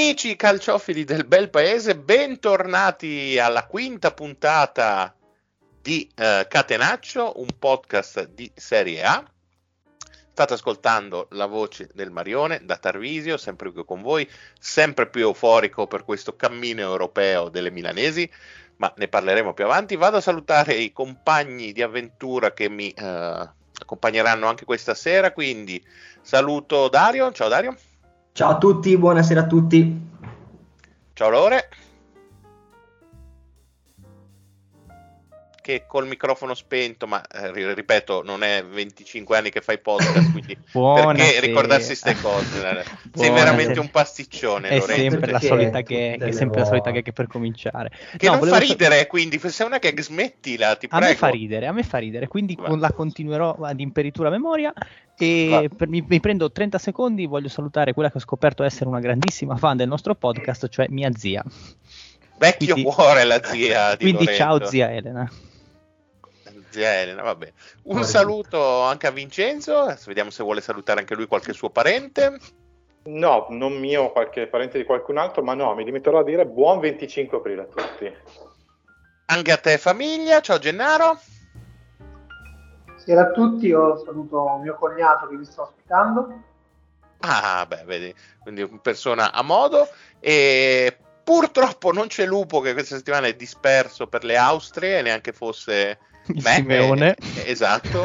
Amici calciofili del bel paese, bentornati alla quinta puntata di Catenaccio, un podcast di Serie A. State ascoltando la voce del Marione da Tarvisio, sempre qui con voi, sempre più euforico per questo cammino europeo delle milanesi, ma ne parleremo più avanti. Vado a salutare i compagni di avventura che mi accompagneranno anche questa sera, quindi saluto Dario. Ciao Dario. Ciao a tutti, buonasera a tutti. Ciao Lore. Che col microfono spento, ma ripeto, non è 25 anni che fai podcast, quindi perché ricordarsi queste cose? Sei veramente un pasticcione, è Lorenzo. Sempre la solita gag per cominciare. Che non fa ridere, quindi se è una gag smettila, ti prego. A me fa ridere, quindi la continuerò ad imperitura memoria. E mi prendo 30 secondi, voglio salutare quella che ho scoperto essere una grandissima fan del nostro podcast, cioè mia zia. Vecchio cuore, la zia di quindi Lorenzo. Ciao zia Elena. Zia Elena, vabbè. Un saluto anche a Vincenzo, adesso vediamo se vuole salutare anche lui qualche suo parente. No, non mio, qualche parente di qualcun altro, ma no, mi limiterò a dire buon 25 aprile a tutti. Anche a te famiglia, ciao Gennaro. Buonasera a tutti, io saluto mio cognato che vi sto ospitando. Ah, beh, vedi, quindi una persona a modo. E purtroppo non c'è Lupo, che questa settimana è disperso per le Austrie, neanche fosse Simeone. Esatto.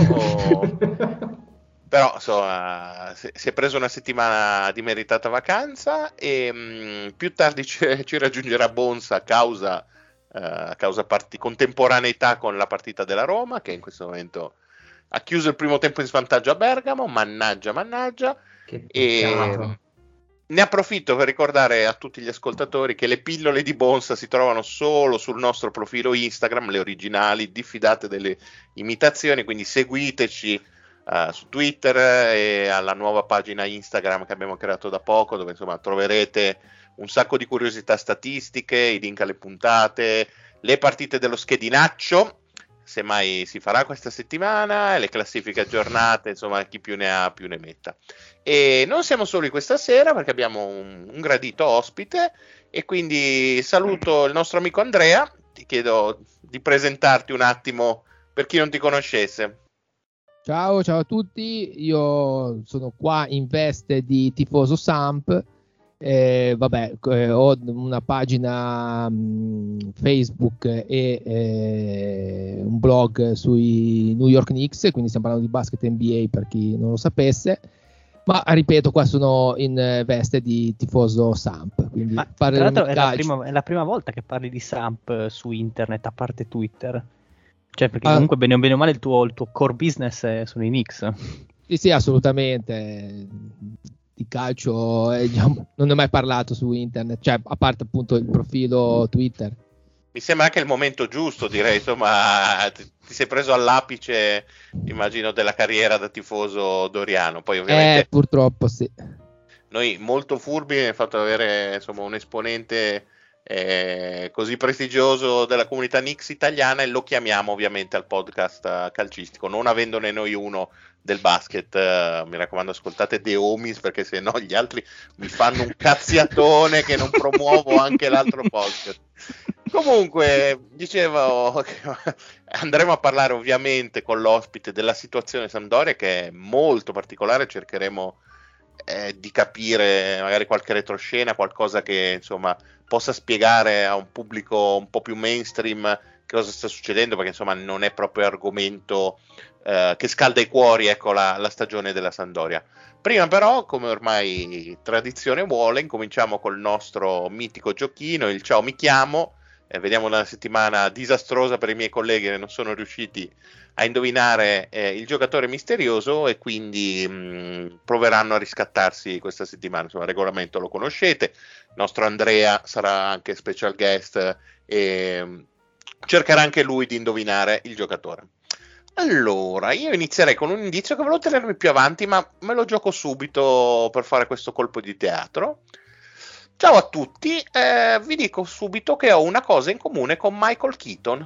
Però insomma si è preso una settimana di meritata vacanza e più tardi ci raggiungerà Bonsa a causa contemporaneità con la partita della Roma, che in questo momento ha chiuso il primo tempo in svantaggio a Bergamo, mannaggia. E ne approfitto per ricordare a tutti gli ascoltatori che le pillole di Bonsa si trovano solo sul nostro profilo Instagram, le originali, diffidate delle imitazioni, quindi seguiteci su Twitter e alla nuova pagina Instagram che abbiamo creato da poco, dove insomma troverete un sacco di curiosità statistiche, i link alle puntate, le partite dello schedinaccio, se mai si farà questa settimana, le classifiche aggiornate, insomma chi più ne ha più ne metta. E non siamo soli questa sera perché abbiamo un gradito ospite e quindi saluto il nostro amico Andrea, ti chiedo di presentarti un attimo per chi non ti conoscesse. Ciao a tutti, io sono qua in veste di tifoso Samp. Ho una pagina Facebook e un blog sui New York Knicks, quindi stiamo parlando di basket NBA per chi non lo sapesse, ma ripeto, qua sono in veste di tifoso Samp. Quindi tra l'altro è la prima volta che parli di Samp su internet, a parte Twitter, cioè perché comunque bene o male il tuo core business sono i Knicks. Sì, assolutamente. Di calcio non ne ho mai parlato su internet, cioè a parte appunto il profilo Twitter. Mi sembra anche il momento giusto, direi, insomma ti sei preso all'apice, immagino, della carriera da tifoso doriano. Poi ovviamente purtroppo sì. Noi molto furbi abbiamo fatto avere insomma un esponente così prestigioso della comunità Knicks italiana e lo chiamiamo ovviamente al podcast calcistico, non avendone noi uno del basket. Mi raccomando, ascoltate The Homies, perché se no gli altri mi fanno un cazziatone che non promuovo anche l'altro podcast. Comunque, dicevo che andremo a parlare ovviamente con l'ospite della situazione Sampdoria, che è molto particolare. Cercheremo di capire magari qualche retroscena, qualcosa che insomma possa spiegare a un pubblico un po' più mainstream che cosa sta succedendo, perché insomma non è proprio argomento che scalda i cuori, ecco, la stagione della Sampdoria. Prima però, come ormai tradizione vuole, incominciamo col nostro mitico giochino, il ciao mi chiamo. Vediamo una settimana disastrosa per i miei colleghi che non sono riusciti a indovinare il giocatore misterioso e quindi proveranno a riscattarsi questa settimana. Insomma, il regolamento lo conoscete, il nostro Andrea sarà anche special guest e cercherà anche lui di indovinare il giocatore. Allora, io inizierei con un indizio che volevo tenermi più avanti, ma me lo gioco subito per fare questo colpo di teatro. Ciao a tutti, vi dico subito che ho una cosa in comune con Michael Keaton.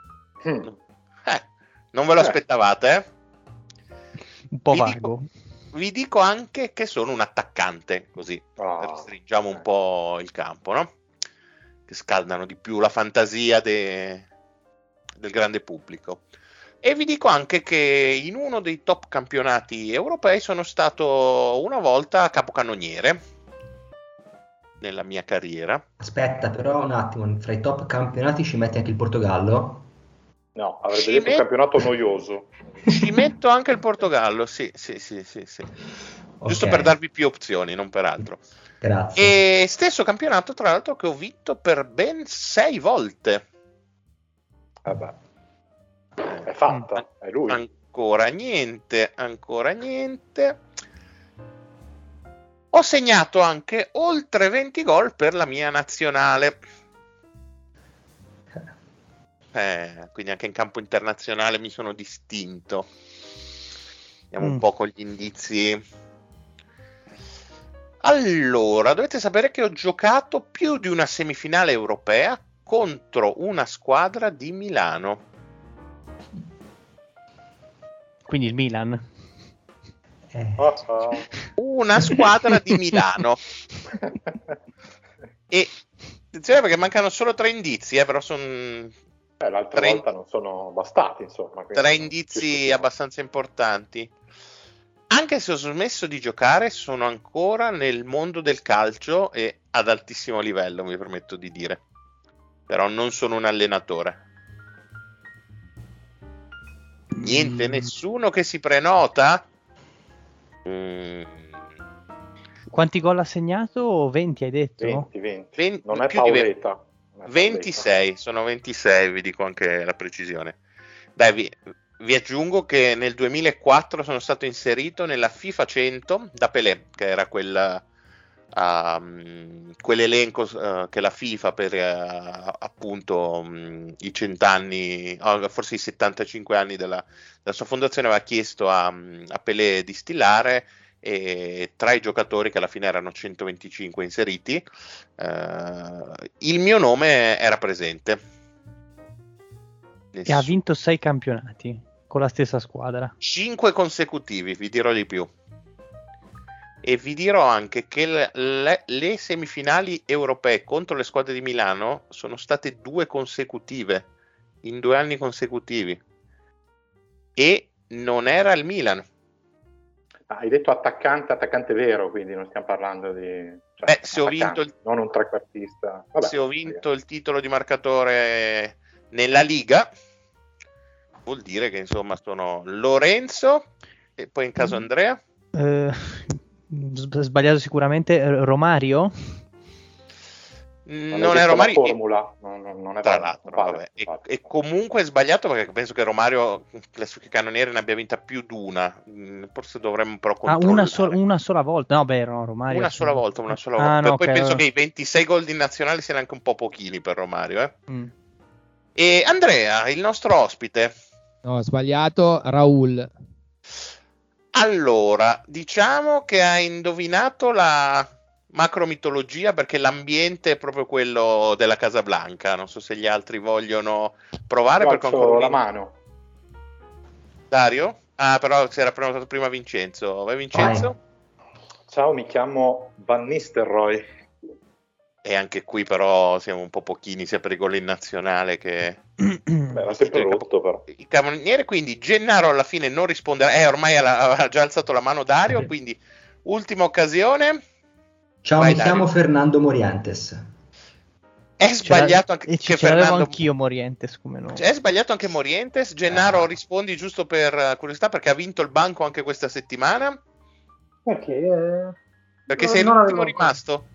Non ve lo aspettavate? Un po' vago. vi dico anche che sono un attaccante, così restringiamo un po' il campo, no? Che scaldano di più la fantasia del grande pubblico. E vi dico anche che in uno dei top campionati europei sono stato una volta capocannoniere nella mia carriera. Aspetta, però un attimo, fra i top campionati ci metti anche il Portogallo? No, avrebbe detto un campionato noioso. Ci metto anche il Portogallo, sì. Giusto per darvi più opzioni, non per altro. Grazie. E stesso campionato, tra l'altro, che ho vinto per ben 6 volte. Vabbè. È fatta, è lui. Ancora niente. Ho segnato anche oltre 20 gol per la mia nazionale. Quindi anche in campo internazionale mi sono distinto. Andiamo un po' con gli indizi. Allora, dovete sapere che ho giocato più di una semifinale europea contro una squadra di Milano. Quindi il Milan. Una squadra di Milano. E attenzione perché mancano solo 3 indizi, però sono l'altra volta non sono bastati, insomma. 3 indizi abbastanza importanti. Anche se ho smesso di giocare, sono ancora nel mondo del calcio e ad altissimo livello, mi permetto di dire. Però non sono un allenatore. Niente, nessuno che si prenota? Quanti gol ha segnato? 20 hai detto? 20. Non è Paoletta. 26, sono 26, vi dico anche la precisione. Dai, vi aggiungo che nel 2004 sono stato inserito nella FIFA 100 da Pelé, che era quell'elenco che la FIFA per appunto i 100 anni, forse i 75 anni della sua fondazione, aveva chiesto a Pelé di stilare, e tra i giocatori, che alla fine erano 125 inseriti, il mio nome era presente. E ha vinto 6 campionati con la stessa squadra. 5 consecutivi, vi dirò di più. E vi dirò anche che le semifinali europee contro le squadre di Milano sono state 2 consecutive, in 2 anni consecutivi. E non era il Milan. Hai detto attaccante vero, quindi non stiamo parlando di... se ho vinto non un trequartista. Se ho vinto il titolo di marcatore nella Liga, vuol dire che insomma sono Lorenzo, e poi in caso Andrea. Sbagliato sicuramente. Romario? Non è Romario. La formula. Non è tra l'altro, vabbè. E comunque è sbagliato, perché penso che Romario classifica cannoniere ne abbia vinta più di una. Forse dovremmo però controllare. Una sola volta? No, beh, no, Romario. Una sola volta. No, poi okay, penso che i 26 gol di nazionale siano anche un po' pochini per Romario. E Andrea, il nostro ospite. No, sbagliato, Raul. Allora, diciamo che ha indovinato la macromitologia, perché l'ambiente è proprio quello della Casablanca. Non so se gli altri vogliono provare. Alzo la mano. Dario? Però si era prenotato prima Vincenzo. Vai Vincenzo? Ciao, mi chiamo Van Nistelrooy. E anche qui però siamo un po' pochini, sia per i gol in nazionale che... Era sempre rotto, però. Il cannoniere, quindi Gennaro alla fine non risponderà. Ormai aveva già alzato la mano Dario, quindi ultima occasione. Ciao, mi chiamo Fernando Morientes. È sbagliato anche Fernando. Anch'io Morientes come nome. È sbagliato anche Morientes. Gennaro, rispondi giusto per curiosità, perché ha vinto il banco anche questa settimana. Perché sei l'ultimo rimasto.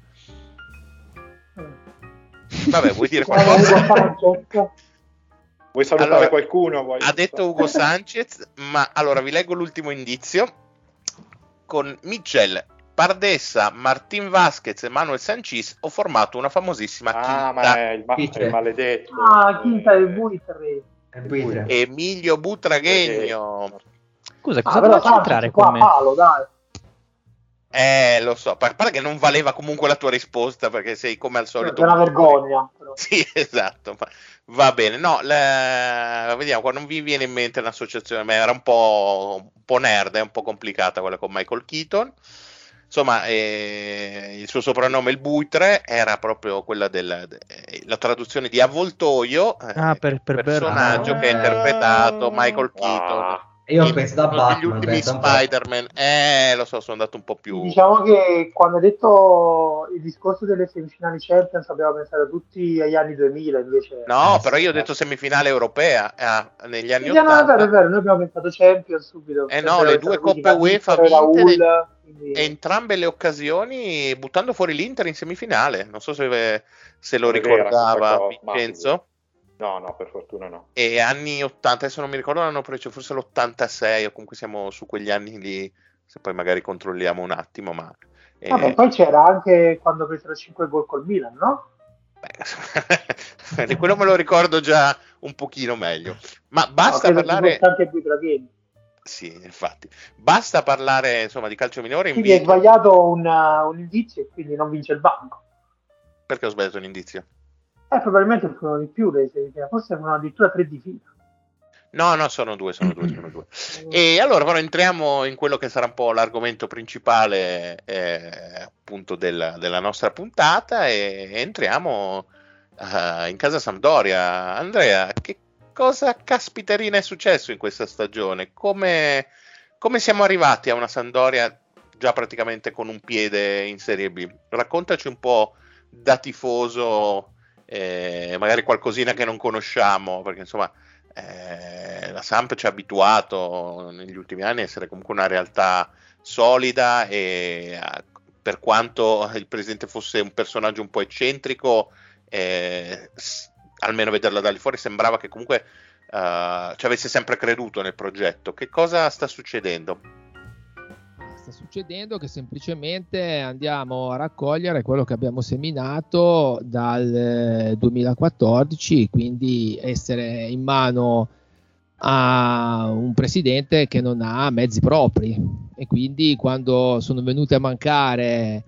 Vabbè, vuoi dire qualcosa? Vuoi salutare qualcuno? Ha detto Ugo Sanchez, ma allora vi leggo l'ultimo indizio. Con Michel, Pardessa, Martín Vázquez e Manuel Sanchís ho formato una famosissima quinta. Ma è il maledetto. Quinta del buitre. Emilio Butragueño. Scusa, cosa devo centrare con me? Palo, dai. Lo so, pare che non valeva comunque la tua risposta, perché sei come al solito è una vergogna. Sì, esatto, ma Va bene, no, vediamo, qua non vi viene in mente un'associazione, ma era un po' nerd, è un po' complicata quella con Michael Keaton. Insomma, il suo soprannome, il buitre, era proprio quella la traduzione di avvoltoio, per personaggio che ha interpretato Michael Keaton. Io ho pensato a Negli Batman, ultimi pensa un po'. Spider-Man, lo so, sono andato un po' più... Diciamo che quando hai detto il discorso delle semifinali Champions abbiamo pensato tutti agli anni 2000, invece... No, però io ho detto semifinale europea, negli anni No, è 80. vero, noi abbiamo pensato Champions subito. No, le due coppe UEFA vinte entrambe le occasioni, buttando fuori l'Inter in semifinale. Non so se lo ricordava Vincenzo. No, per fortuna no. E anni 80, adesso non mi ricordo l'anno preciso, forse l'86, o comunque siamo su quegli anni lì, se poi magari controlliamo un attimo, ma... Vabbè, poi c'era anche quando presero 5 gol col Milan, no? Di quello me lo ricordo già un pochino meglio. Ma basta parlare... Sì, infatti. Basta parlare, insomma, di calcio minore. Quindi hai sbagliato un indizio e quindi non vince il banco. Perché ho sbagliato un indizio? Probabilmente furono di più, forse furono addirittura 3 di fila. No, sono due. E allora però entriamo in quello che sarà un po' l'argomento principale appunto della nostra puntata e entriamo in casa Sampdoria. Andrea, che cosa caspiterina è successo in questa stagione? Come siamo arrivati a una Sampdoria già praticamente con un piede in Serie B? Raccontaci un po' da tifoso, magari qualcosina che non conosciamo, perché insomma la Samp ci ha abituato negli ultimi anni a essere comunque una realtà solida e per quanto il presidente fosse un personaggio un po' eccentrico, almeno vederla da lì fuori sembrava che comunque ci avesse sempre creduto nel progetto. Che cosa sta succedendo? Sta succedendo che semplicemente andiamo a raccogliere quello che abbiamo seminato dal 2014, quindi essere in mano a un presidente che non ha mezzi propri, e quindi quando sono venute a mancare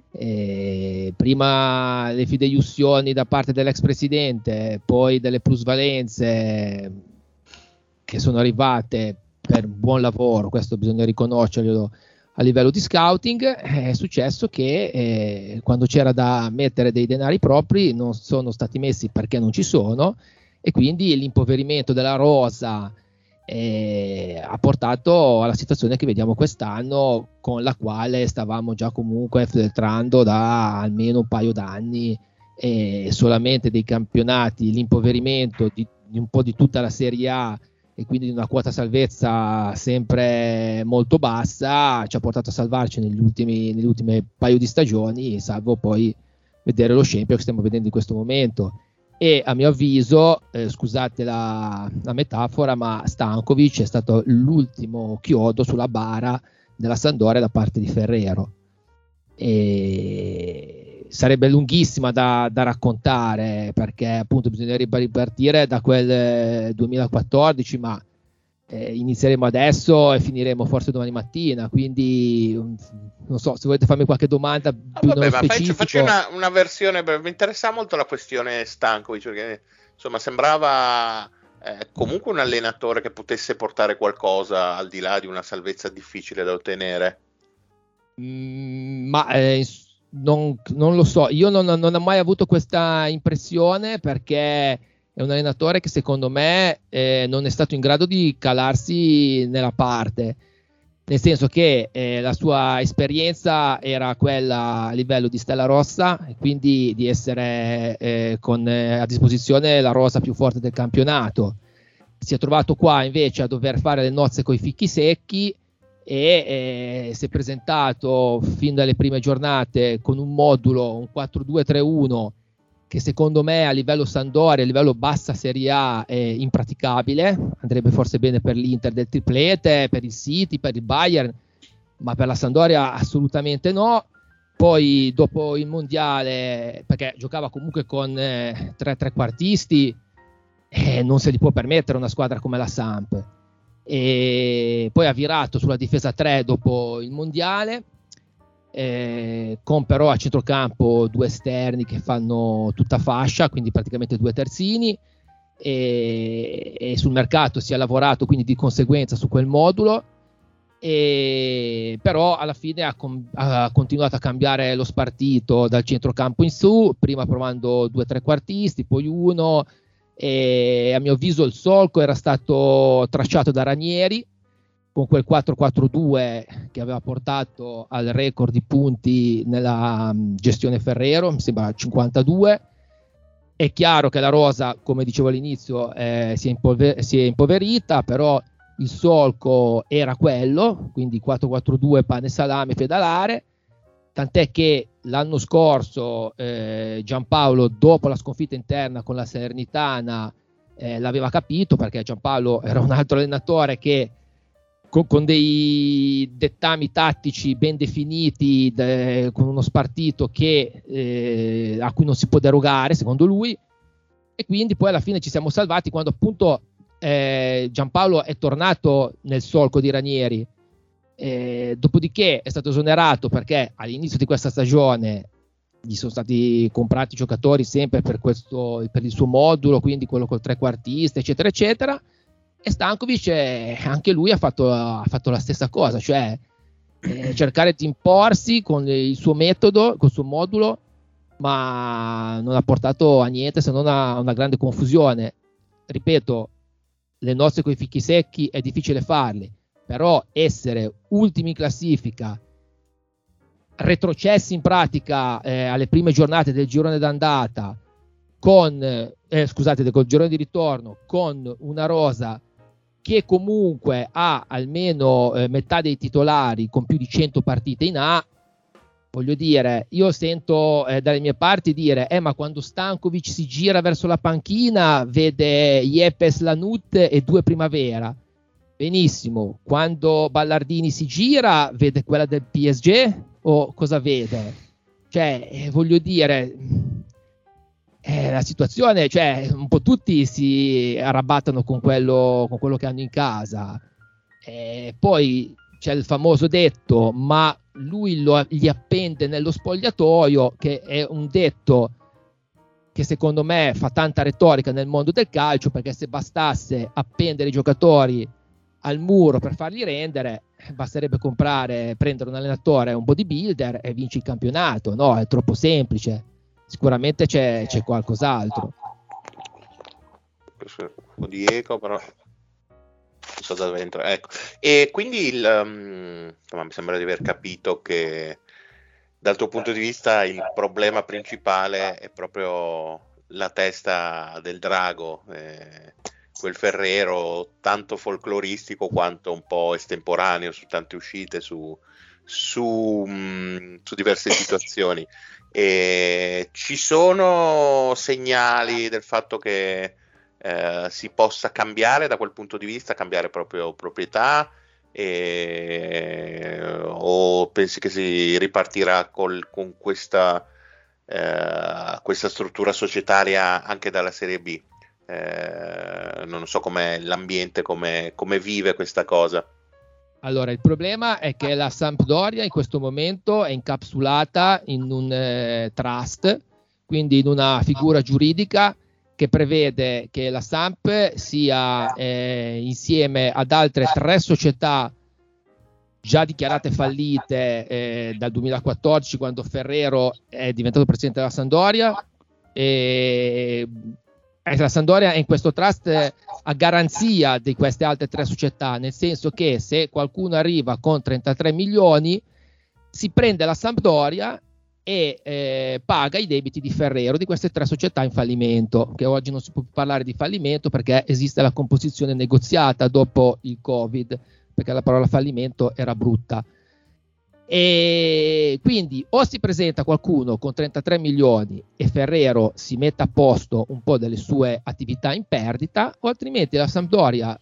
prima le fideiussioni da parte dell'ex presidente, poi delle plusvalenze che sono arrivate per buon lavoro, questo bisogna riconoscerglielo, a livello di scouting, è successo che quando c'era da mettere dei denari propri non sono stati messi perché non ci sono, e quindi l'impoverimento della rosa ha portato alla situazione che vediamo quest'anno, con la quale stavamo già comunque filtrando da almeno un paio d'anni, e solamente dei campionati, l'impoverimento di un po' di tutta la Serie A e quindi di una quota salvezza sempre molto bassa ci ha portato a salvarci negli ultimi paio di stagioni, salvo poi vedere lo scempio che stiamo vedendo in questo momento. E a mio avviso, scusate la metafora, ma Stankovic è stato l'ultimo chiodo sulla bara della Sampdoria da parte di Ferrero, e sarebbe lunghissima da raccontare, perché appunto bisognerebbe ripartire da quel 2014, ma inizieremo adesso e finiremo forse domani mattina, quindi non so se volete farmi qualche domanda più nello specifico. Faccio una versione, mi interessa molto la questione Stankovic, perché insomma sembrava comunque un allenatore che potesse portare qualcosa al di là di una salvezza difficile da ottenere. Non lo so, io non ho mai avuto questa impressione, perché è un allenatore che secondo me non è stato in grado di calarsi nella parte, nel senso che la sua esperienza era quella a livello di Stella Rossa, e quindi di essere a disposizione la rosa più forte del campionato. Si è trovato qua invece a dover fare le nozze coi fichi secchi, e si è presentato fin dalle prime giornate con un modulo, un 4-2-3-1, che secondo me a livello Sampdoria, a livello bassa Serie A, è impraticabile. Andrebbe forse bene per l'Inter del triplete, per il City, per il Bayern, ma per la Sampdoria assolutamente no. Poi dopo il mondiale, perché giocava comunque con tre trequartisti, non se li può permettere una squadra come la Samp, e poi ha virato sulla difesa 3 dopo il mondiale, con però a centrocampo 2 esterni che fanno tutta fascia, quindi praticamente 2 terzini, e sul mercato si è lavorato quindi di conseguenza su quel modulo, però alla fine ha continuato a cambiare lo spartito dal centrocampo in su, prima provando 2 trequartisti, poi uno, e a mio avviso il solco era stato tracciato da Ranieri con quel 4-4-2 che aveva portato al record di punti nella gestione Ferrero, mi sembra 52. È chiaro che la rosa, come dicevo all'inizio, si è impoverita, però il solco era quello, quindi 4-4-2, pane, salame, pedalare, tant'è che l'anno scorso Giampaolo, dopo la sconfitta interna con la Salernitana, l'aveva capito, perché Giampaolo era un altro allenatore che con dei dettami tattici ben definiti, con uno spartito che a cui non si può derogare secondo lui, e quindi poi alla fine ci siamo salvati quando appunto Giampaolo è tornato nel solco di Ranieri, dopodiché è stato esonerato perché all'inizio di questa stagione gli sono stati comprati giocatori sempre per il suo modulo, quindi quello col trequartista eccetera eccetera, e Stankovic anche lui ha fatto la stessa cosa, cioè cercare di imporsi con il suo metodo, col suo modulo, ma non ha portato a niente se non a una grande confusione. Ripeto, le nozze coi fichi secchi è difficile farli, però essere ultimi in classifica, retrocessi in pratica alle prime giornate del girone d'andata col girone di ritorno, con una rosa che comunque ha almeno metà dei titolari con più di 100 partite in A, voglio dire, io sento dalle mie parti dire ma quando Stankovic si gira verso la panchina vede Yepes, Lanut e 2 Primavera. Benissimo, quando Ballardini si gira vede quella del PSG o cosa vede? Cioè, voglio dire, la situazione, cioè, un po' tutti si arrabbiano con quello che hanno in casa. Poi c'è il famoso detto, ma lui gli appende nello spogliatoio, che è un detto che secondo me fa tanta retorica nel mondo del calcio, perché se bastasse appendere i giocatori al muro per farli rendere, basterebbe prendere un allenatore, un bodybuilder e vinci il campionato. No, è troppo semplice. Sicuramente c'è qualcos'altro. Un po' di eco, però non so da dove entra. Ecco. E quindi mi sembra di aver capito che dal tuo punto di vista il problema principale è proprio la testa del drago, quel Ferrero tanto folcloristico quanto un po' estemporaneo su tante uscite, su diverse situazioni. E ci sono segnali del fatto che si possa cambiare da quel punto di vista, cambiare proprio proprietà, o pensi che si ripartirà con questa struttura societaria anche dalla Serie B? Non so com'è l'ambiente, come vive questa cosa. Allora, il problema è che la Sampdoria in questo momento è incapsulata in un trust, quindi in una figura giuridica che prevede che la Samp sia insieme ad altre 3 società già dichiarate fallite dal 2014, quando Ferrero è diventato presidente della Sampdoria, e la Sampdoria è in questo trust a garanzia di queste altre 3 società, nel senso che se qualcuno arriva con 33 milioni si prende la Sampdoria e paga i debiti di Ferrero, di queste 3 società in fallimento, che oggi non si può più parlare di fallimento perché esiste la composizione negoziata dopo il Covid, perché la parola fallimento era brutta. E quindi o si presenta qualcuno con 33 milioni e Ferrero si mette a posto un po' delle sue attività in perdita, o altrimenti la Sampdoria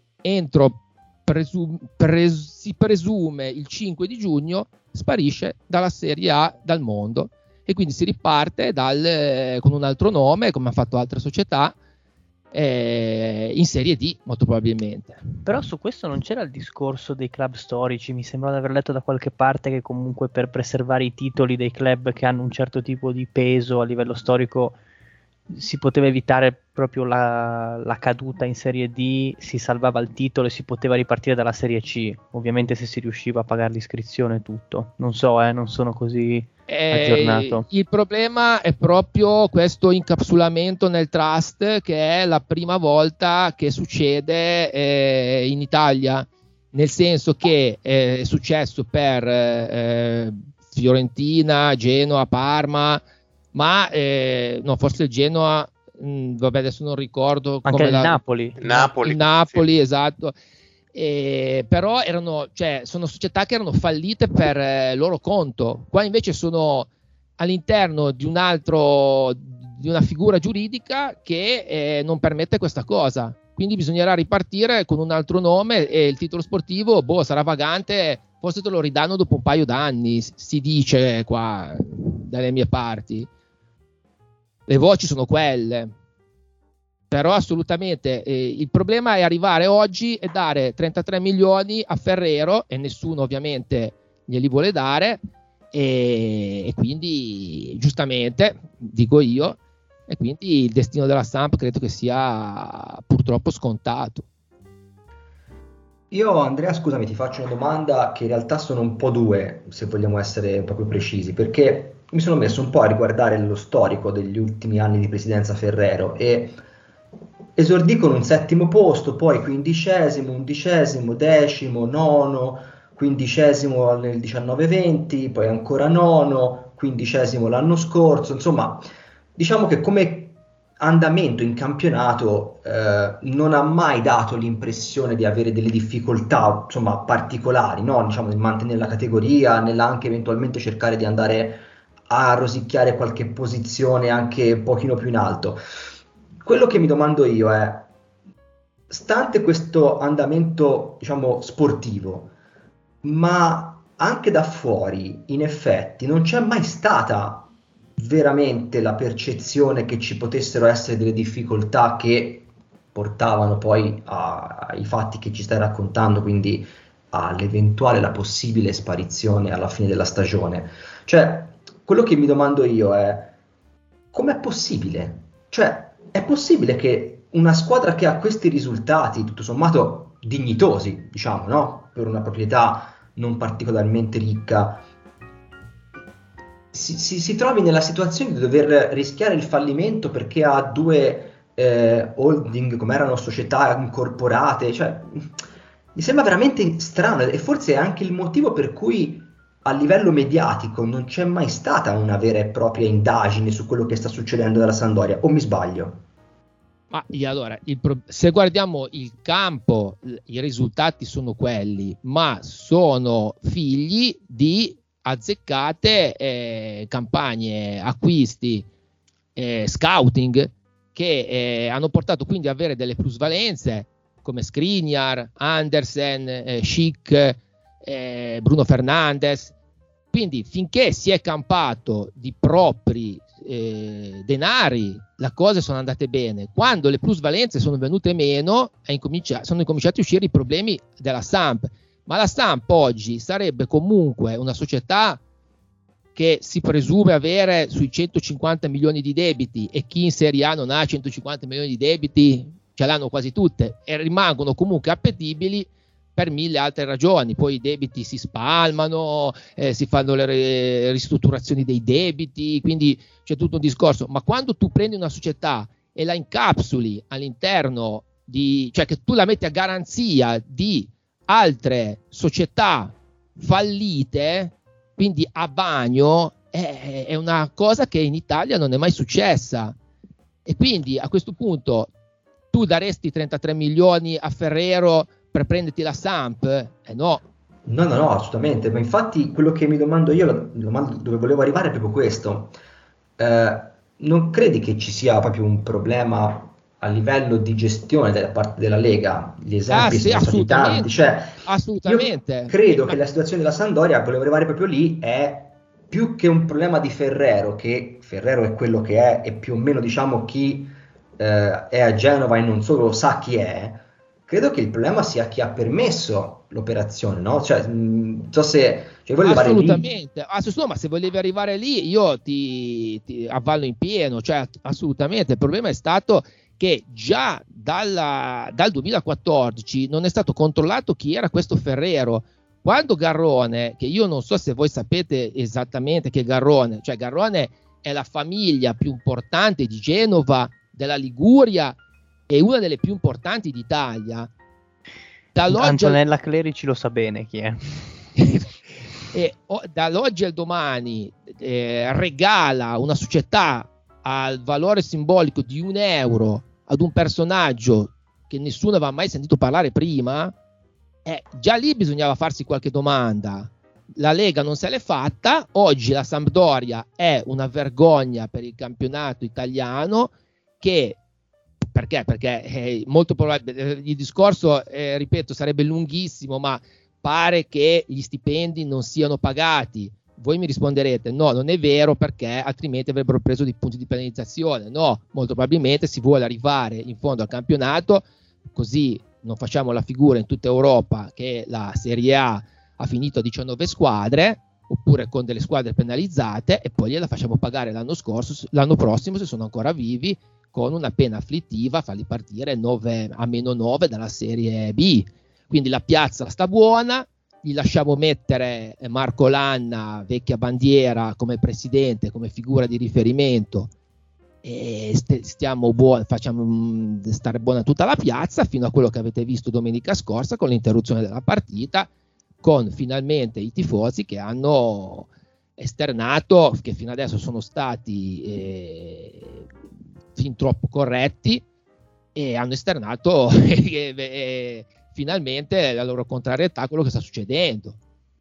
si presume il 5 di giugno sparisce dalla Serie A, dal mondo, e quindi si riparte con un altro nome, come hanno fatto altre società, in Serie D molto probabilmente. Però su questo non c'era il discorso dei club storici, mi sembra di aver letto da qualche parte che comunque per preservare i titoli dei club che hanno un certo tipo di peso a livello storico si poteva evitare proprio la caduta in Serie D, si salvava il titolo e si poteva ripartire dalla Serie C, ovviamente se si riusciva a pagare l'iscrizione e tutto. Non so, non sono così aggiornato. Il problema è proprio questo incapsulamento nel trust, che è la prima volta che succede in Italia, nel senso che è successo per Fiorentina, Genoa, Parma, ma no, forse il Genoa, vabbè, adesso non ricordo. Anche il Napoli. Il Napoli, sì. Esatto. Però sono società che erano fallite per loro conto. Qua invece sono all'interno di una figura giuridica che non permette questa cosa. Quindi bisognerà ripartire con un altro nome e il titolo sportivo sarà vagante, forse te lo ridanno dopo un paio d'anni, si dice qua dalle mie parti. Le voci sono quelle, però assolutamente il problema è arrivare oggi e dare 33 milioni a Ferrero, e nessuno ovviamente glieli vuole dare, e quindi giustamente dico io, e quindi il destino della Samp credo che sia purtroppo scontato. Io, Andrea, scusami, ti faccio una domanda che in realtà sono un po' due, se vogliamo essere proprio precisi, perché mi sono messo un po' a riguardare lo storico degli ultimi anni di presidenza Ferrero e esordì con un 7° posto, poi 15°, 11°, 10°, 9°, 15° nel 19-20, poi ancora 9°, 15° l'anno scorso. Insomma, diciamo che come andamento in campionato non ha mai dato l'impressione di avere delle difficoltà, insomma, particolari, no? Diciamo, nel mantenere la categoria, nell'anche eventualmente cercare di andare a rosicchiare qualche posizione anche un pochino più in alto. Quello che mi domando io è, stante questo andamento, diciamo, sportivo, ma anche da fuori, in effetti, non c'è mai stata veramente la percezione che ci potessero essere delle difficoltà che portavano poi ai fatti che ci stai raccontando, quindi all'eventuale, la possibile sparizione alla fine della stagione. Cioè, quello che mi domando io è, com'è possibile? Cioè, è possibile che una squadra che ha questi risultati, tutto sommato dignitosi, diciamo, no? Per una proprietà non particolarmente ricca, si trovi nella situazione di dover rischiare il fallimento perché ha due holding, come erano società incorporate? Cioè, mi sembra veramente strano, e forse è anche il motivo per cui a livello mediatico non c'è mai stata una vera e propria indagine su quello che sta succedendo dalla Sampdoria, o mi sbaglio? Ma allora, se guardiamo il campo, i risultati sono quelli, ma sono figli di azzeccate campagne, acquisti, scouting, che hanno portato quindi ad avere delle plusvalenze come Skriniar, Andersen, Schick, Bruno Fernandes. Quindi finché si è campato di propri denari, le cose sono andate bene. Quando le plusvalenze sono venute meno, sono incominciati a uscire i problemi della Samp. Ma la Samp oggi sarebbe comunque una società che si presume avere sui 150 milioni di debiti, e chi in Serie A non ha 150 milioni di debiti ce l'hanno quasi tutte, e rimangono comunque appetibili per 1000 altre ragioni. Poi i debiti si spalmano, si fanno le ristrutturazioni dei debiti, quindi c'è tutto un discorso. Ma quando tu prendi una società e la incapsuli all'interno cioè che tu la metti a garanzia di altre società fallite, quindi a bagno, è una cosa che in Italia non è mai successa. E quindi a questo punto tu daresti 33 milioni a Ferrero per prenderti la Samp? No, assolutamente. Ma infatti quello che mi domando io, dove volevo arrivare è proprio questo. Non credi che ci sia proprio un problema a livello di gestione da parte della Lega? Gli esempi sono stati tanti. Cioè, assolutamente. Io credo che la situazione della Sampdoria, volevo arrivare proprio lì, è più che un problema di Ferrero, che Ferrero è quello che è, e più o meno, diciamo, chi è a Genova e non solo sa chi è. Credo che il problema sia chi ha permesso l'operazione, no? Cioè, non so se volevi assolutamente, ma se volevi arrivare lì io ti avvallo in pieno, cioè assolutamente. Il problema è stato che già dal 2014 non è stato controllato chi era questo Ferrero. Quando Garrone, che io non so se voi sapete esattamente che Garrone è la famiglia più importante di Genova, della Liguria, e una delle più importanti d'Italia. Antonella Clerici lo sa bene chi è. E dall'oggi al domani regala una società al valore simbolico di €1 ad un personaggio che nessuno aveva mai sentito parlare prima, già lì bisognava farsi qualche domanda. La Lega non se l'è fatta, oggi la Sampdoria è una vergogna per il campionato italiano, perché è molto probabile, il discorso ripeto sarebbe lunghissimo, ma pare che gli stipendi non siano pagati. Voi mi risponderete no, non è vero, perché altrimenti avrebbero preso dei punti di penalizzazione. No, molto probabilmente si vuole arrivare in fondo al campionato, così non facciamo la figura in tutta Europa che la Serie A ha finito a 19 squadre, oppure con delle squadre penalizzate, e poi gliela facciamo pagare l'anno prossimo, se sono ancora vivi, con una pena afflittiva, farli partire a -9 dalla Serie B. Quindi la piazza sta buona, gli lasciamo mettere Marco Lanna, vecchia bandiera, come presidente, come figura di riferimento, e facciamo stare buona tutta la piazza, fino a quello che avete visto domenica scorsa con l'interruzione della partita, con finalmente i tifosi che hanno esternato, che fino adesso sono stati fin troppo corretti, e hanno esternato finalmente la loro contrarietà a quello che sta succedendo.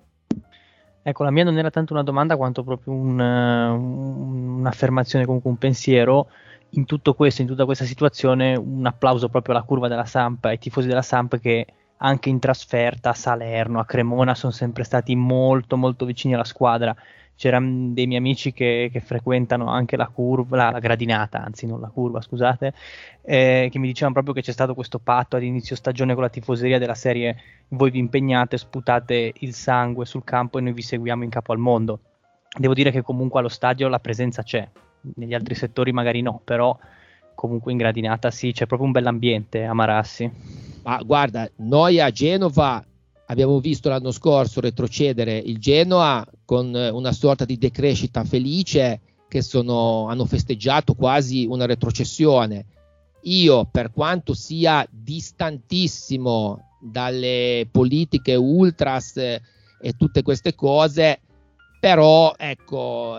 Ecco, la mia non era tanto una domanda quanto proprio un'affermazione, comunque un pensiero. In tutto questo, in tutta questa situazione, un applauso proprio alla curva della Samp, ai tifosi della Samp, che anche in trasferta a Salerno, a Cremona, sono sempre stati molto molto vicini alla squadra. C'erano dei miei amici che frequentano anche la curva, la gradinata, anzi non la curva, scusate, che mi dicevano proprio che c'è stato questo patto ad inizio stagione con la tifoseria della serie: voi vi impegnate, sputate il sangue sul campo e noi vi seguiamo in capo al mondo. Devo dire che comunque allo stadio la presenza c'è, negli altri settori magari no, però comunque in gradinata sì, c'è proprio un bell'ambiente a Marassi. Ma guarda, noi a Genova abbiamo visto l'anno scorso retrocedere il Genoa con una sorta di decrescita felice, che hanno festeggiato quasi una retrocessione. Io, per quanto sia distantissimo dalle politiche ultras e tutte queste cose, però ecco,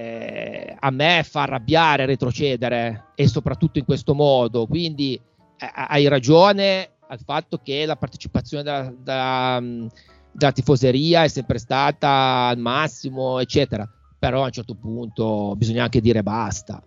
a me fa arrabbiare retrocedere, e soprattutto in questo modo. Quindi hai ragione al fatto che la partecipazione della tifoseria è sempre stata al massimo, eccetera, però a un certo punto bisogna anche dire basta.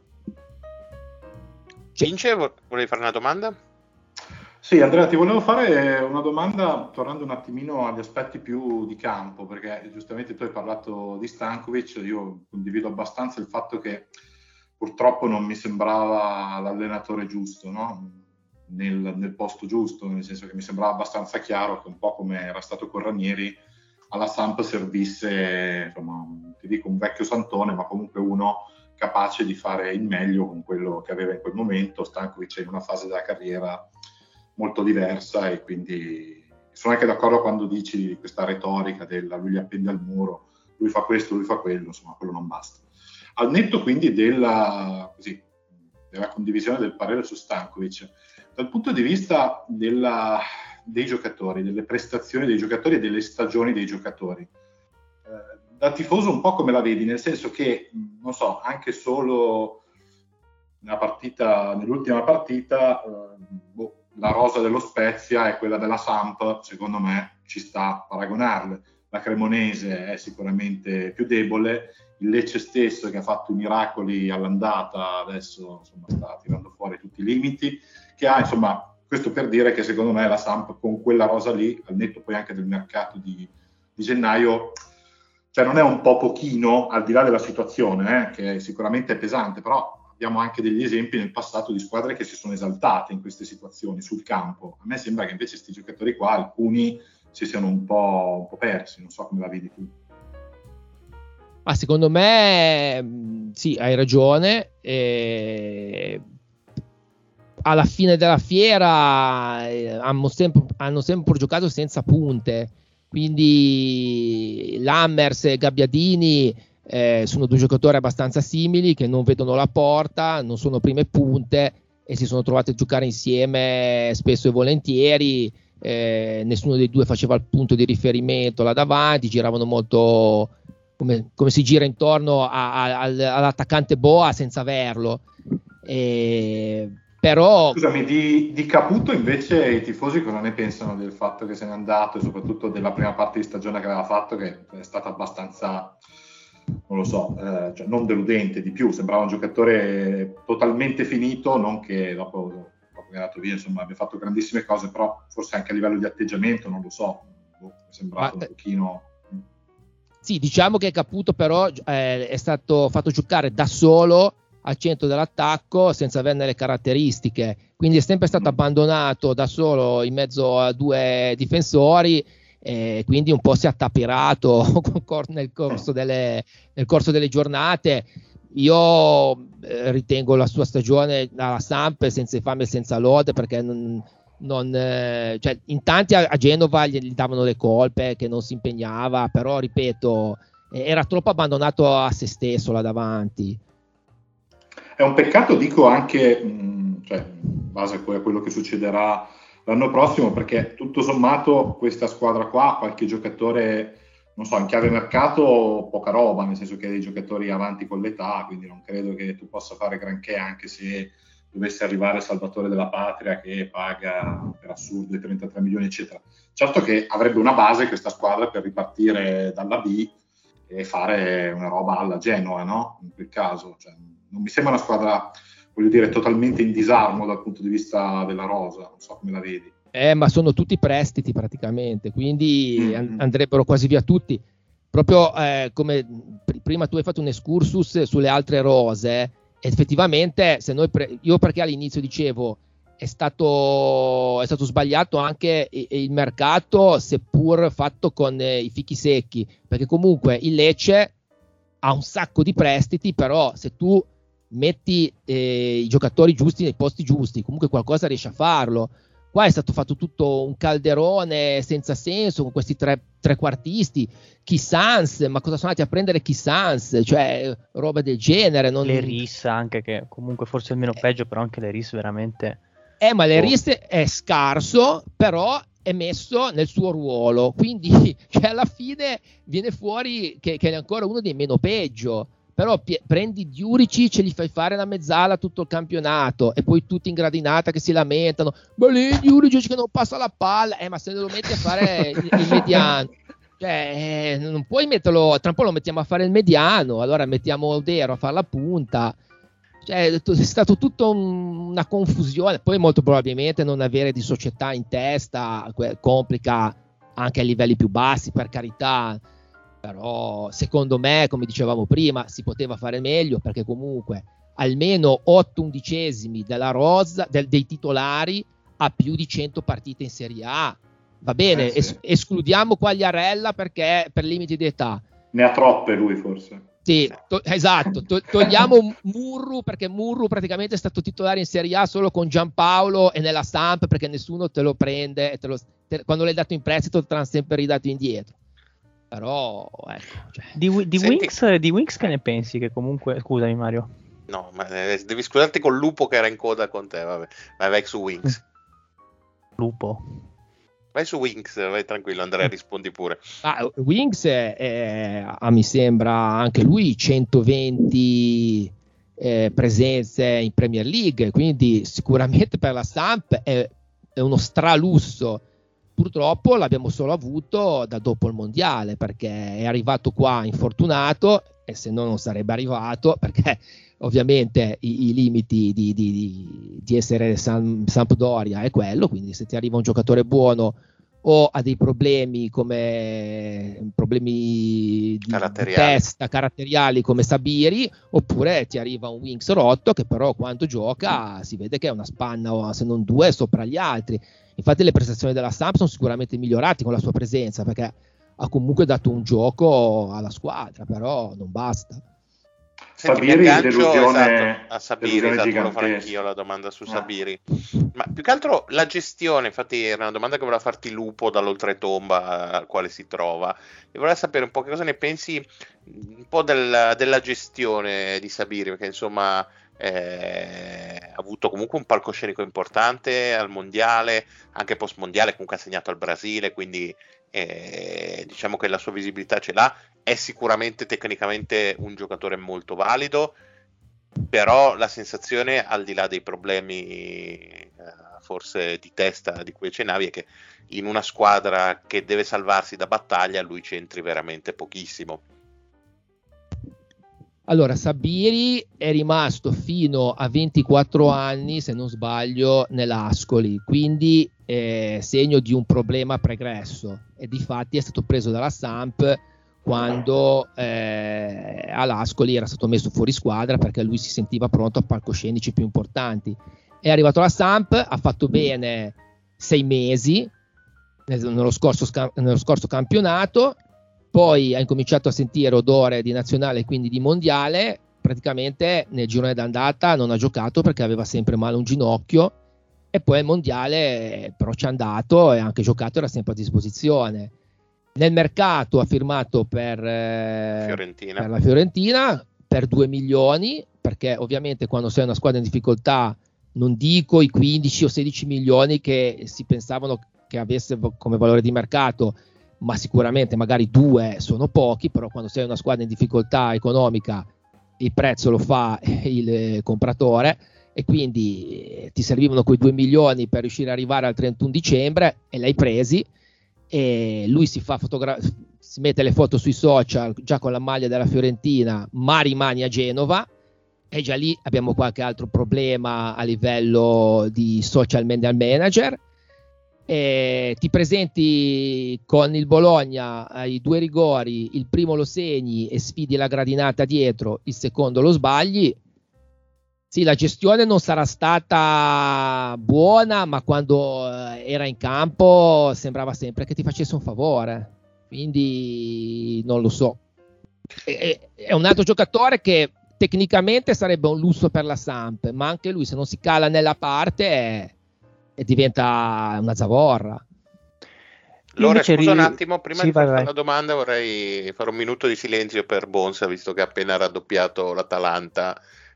Vince, volevi fare una domanda? Sì, Andrea, ti volevo fare una domanda tornando un attimino agli aspetti più di campo, perché giustamente tu hai parlato di Stankovic. Io condivido abbastanza il fatto che purtroppo non mi sembrava l'allenatore giusto, no? Nel posto giusto, nel senso che mi sembrava abbastanza chiaro che, un po' come era stato con Ranieri, alla Samp servisse, insomma, ti dico un vecchio santone, ma comunque uno capace di fare il meglio con quello che aveva in quel momento. Stankovic è in una fase della carriera molto diversa, e quindi sono anche d'accordo quando dici questa retorica della lui li appende al muro, lui fa questo, lui fa quello, insomma quello non basta. Al netto quindi della condivisione del parere su Stankovic, dal punto di vista dei giocatori, delle prestazioni dei giocatori e delle stagioni dei giocatori, da tifoso un po' come la vedi? Nel senso che, non so, anche solo nell'ultima partita, la rosa dello Spezia e quella della Samp, secondo me ci sta a paragonarle. La Cremonese è sicuramente più debole, il Lecce stesso, che ha fatto i miracoli all'andata, adesso insomma sta tirando fuori tutti i limiti che ha. Insomma, questo per dire che secondo me la Samp con quella rosa lì, al netto poi anche del mercato di gennaio, cioè non è un po' pochino, al di là della situazione, che sicuramente è pesante, però abbiamo anche degli esempi nel passato di squadre che si sono esaltate in queste situazioni sul campo. A me sembra che invece questi giocatori qua, alcuni si siano un po' persi. Non so come la vedi tu. Ma secondo me sì, hai ragione. Alla fine della fiera hanno sempre giocato senza punte, quindi Lammers e Gabbiadini sono due giocatori abbastanza simili che non vedono la porta, non sono prime punte e si sono trovati a giocare insieme spesso e volentieri. Nessuno dei due faceva il punto di riferimento là davanti, giravano molto come si gira intorno all'attaccante Boa senza averlo. Però scusami, di Caputo invece i tifosi cosa ne pensano del fatto che se n'è andato e soprattutto della prima parte di stagione che aveva fatto, che è stata abbastanza, non lo so, cioè non deludente, di più, sembrava un giocatore totalmente finito, non che dopo che è andato via insomma abbia fatto grandissime cose, però forse anche a livello di atteggiamento non lo so, mi è sembrato un pochino. Sì, diciamo che Caputo però è stato fatto giocare da solo al centro dell'attacco senza averne le caratteristiche, quindi è sempre stato abbandonato da solo in mezzo a due difensori, quindi un po' si è attapirato nel corso delle giornate. Io ritengo la sua stagione alla Samp senza infamia e senza lode, perché cioè, in tanti a Genova gli davano le colpe che non si impegnava, però ripeto era troppo abbandonato a se stesso là davanti. È un peccato, dico anche cioè, in base a quello che succederà l'anno prossimo, perché tutto sommato questa squadra qua, qualche giocatore, non so, in chiave mercato poca roba, nel senso che hai dei giocatori avanti con l'età, quindi non credo che tu possa fare granché, anche se dovesse arrivare Salvatore della Patria che paga per assurdo i 33 milioni eccetera. Certo che avrebbe una base questa squadra per ripartire dalla B e fare una roba alla Genoa, no? In quel caso, cioè, non mi sembra una squadra, voglio dire, totalmente in disarmo dal punto di vista della rosa, non so come la vedi. Ma sono tutti prestiti praticamente, quindi andrebbero quasi via tutti. Proprio come prima tu hai fatto un excursus sulle altre rose, effettivamente se noi io perché all'inizio dicevo è stato sbagliato anche il mercato, seppur fatto con i fichi secchi, perché comunque il Lecce ha un sacco di prestiti, però se tu metti i giocatori giusti nei posti giusti, comunque qualcosa riesci a farlo. Qua è stato fatto tutto un calderone senza senso con questi trequartisti, Chissans, ma cosa sono andati a prendere Chissans? Cioè roba del genere. L'Eris anche, che comunque forse è il meno peggio, però anche l'Eris veramente... ma l'Eris è scarso, però è messo nel suo ruolo, quindi cioè, alla fine viene fuori che è ancora uno dei meno peggio. Però prendi Diurici, ce li fai fare la mezzala tutto il campionato e poi tutti in gradinata che si lamentano, ma lì Diurici che non passa la palla, ma se lo metti a fare il mediano, cioè non puoi metterlo, tra un po' lo mettiamo a fare il mediano, allora mettiamo Odero a fare la punta, cioè è stato tutto una confusione. Poi molto probabilmente non avere di società in testa complica anche a livelli più bassi, per carità. Però secondo me, come dicevamo prima, si poteva fare meglio, perché comunque almeno 8/11 della rosa dei titolari a più di 100 partite in Serie A. Va bene, sì. Escludiamo Quagliarella perché per limiti di età. Ne ha troppe lui forse. Sì, esatto, togliamo Murru, perché Murru praticamente è stato titolare in Serie A solo con Giampaolo e nella Samp, perché nessuno te lo prende, quando l'hai dato in prestito te l'hanno sempre ridato indietro. Però ecco, cioè. Di Winks che ne pensi? Che comunque, scusami Mario. No, ma devi scusarti col lupo che era in coda con te, vabbè. Vai su Winks. Lupo. Vai su Winks, vai tranquillo Andrea, rispondi pure. Winks mi sembra anche lui 120 presenze in Premier League, quindi sicuramente per la Samp è uno stralusso. Purtroppo l'abbiamo solo avuto da dopo il mondiale, perché è arrivato qua infortunato, e se no non sarebbe arrivato, perché ovviamente i limiti di essere Sampdoria è quello, quindi se ti arriva un giocatore buono o ha dei problemi come problemi di testa caratteriali come Sabiri, oppure ti arriva un Winks rotto che però quando gioca si vede che è una spanna o se non due sopra gli altri. Infatti le prestazioni della Samp sono sicuramente migliorate con la sua presenza, perché ha comunque dato un gioco alla squadra, però non basta. Senti, mi aggancio a Sabiri, volevo fare anch'io la domanda su Sabiri, ma più che altro la gestione, infatti era una domanda che voleva farti Lupo dall'oltretomba al quale si trova, e vorrei sapere un po' che cosa ne pensi un po' della gestione di Sabiri, perché insomma ha avuto comunque un palcoscenico importante al mondiale, anche post mondiale, comunque ha segnato al Brasile, quindi diciamo che la sua visibilità ce l'ha, è sicuramente tecnicamente un giocatore molto valido, però la sensazione, al di là dei problemi forse di testa di cui accennavi, è che in una squadra che deve salvarsi da battaglia lui c'entri veramente pochissimo. Allora, Sabiri è rimasto fino a 24 anni, se non sbaglio, nell'Ascoli, quindi è segno di un problema pregresso, e difatti è stato preso dalla Samp quando all'Ascoli era stato messo fuori squadra perché lui si sentiva pronto a palcoscenici più importanti. È arrivato alla Samp, ha fatto bene 6 mesi nello scorso campionato, poi ha incominciato a sentire odore di nazionale e quindi di mondiale. Praticamente nel girone d'andata non ha giocato perché aveva sempre male un ginocchio, e poi al mondiale però ci è andato e ha anche giocato, era sempre a disposizione. Nel mercato ha firmato per la Fiorentina per 2 milioni, perché ovviamente quando sei una squadra in difficoltà, non dico i 15 o 16 milioni che si pensavano che avesse come valore di mercato, ma sicuramente magari 2 sono pochi, però quando sei una squadra in difficoltà economica il prezzo lo fa il compratore, e quindi ti servivano quei 2 milioni per riuscire ad arrivare al 31 dicembre e l'hai presi, e lui si mette le foto sui social già con la maglia della Fiorentina, ma rimane a Genova, e già lì abbiamo qualche altro problema a livello di social media manager. Ti presenti con il Bologna ai 2 rigori, il primo lo segni e sfidi la gradinata dietro, il secondo lo sbagli. Sì, la gestione non sarà stata buona, ma quando era in campo sembrava sempre che ti facesse un favore, quindi non lo so. È un altro giocatore che tecnicamente sarebbe un lusso per la Samp, ma anche lui, se non si cala nella parte, e diventa una zavorra. Lore, scusa un attimo, prima di fare la domanda vorrei fare un minuto di silenzio per Bonsa, visto che ha appena raddoppiato l'Atalanta.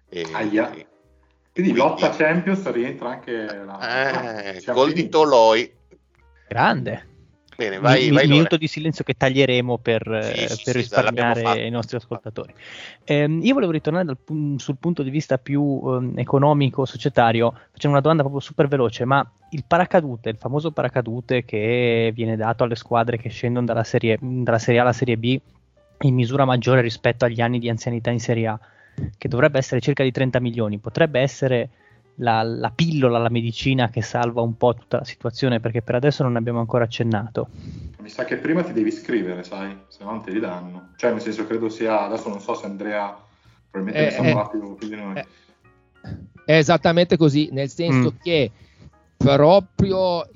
Quindi lotta Champions, rientra anche la gol di Toloi. Grande. Bene, vai minuto di silenzio che taglieremo per risparmiare ai nostri ascoltatori. Io volevo ritornare sul punto di vista più economico, societario, facendo una domanda proprio super veloce, ma il paracadute, il famoso paracadute che viene dato alle squadre che scendono dalla serie A alla Serie B in misura maggiore rispetto agli anni di anzianità in Serie A, che dovrebbe essere circa di 30 milioni, potrebbe essere la pillola, la medicina che salva un po' tutta la situazione, perché per adesso non ne abbiamo ancora accennato. Mi sa che prima ti devi iscrivere, sai, se no non te li danno. Cioè, nel senso, credo sia, adesso non so se Andrea probabilmente ne sa più di noi. È esattamente così, nel senso che proprio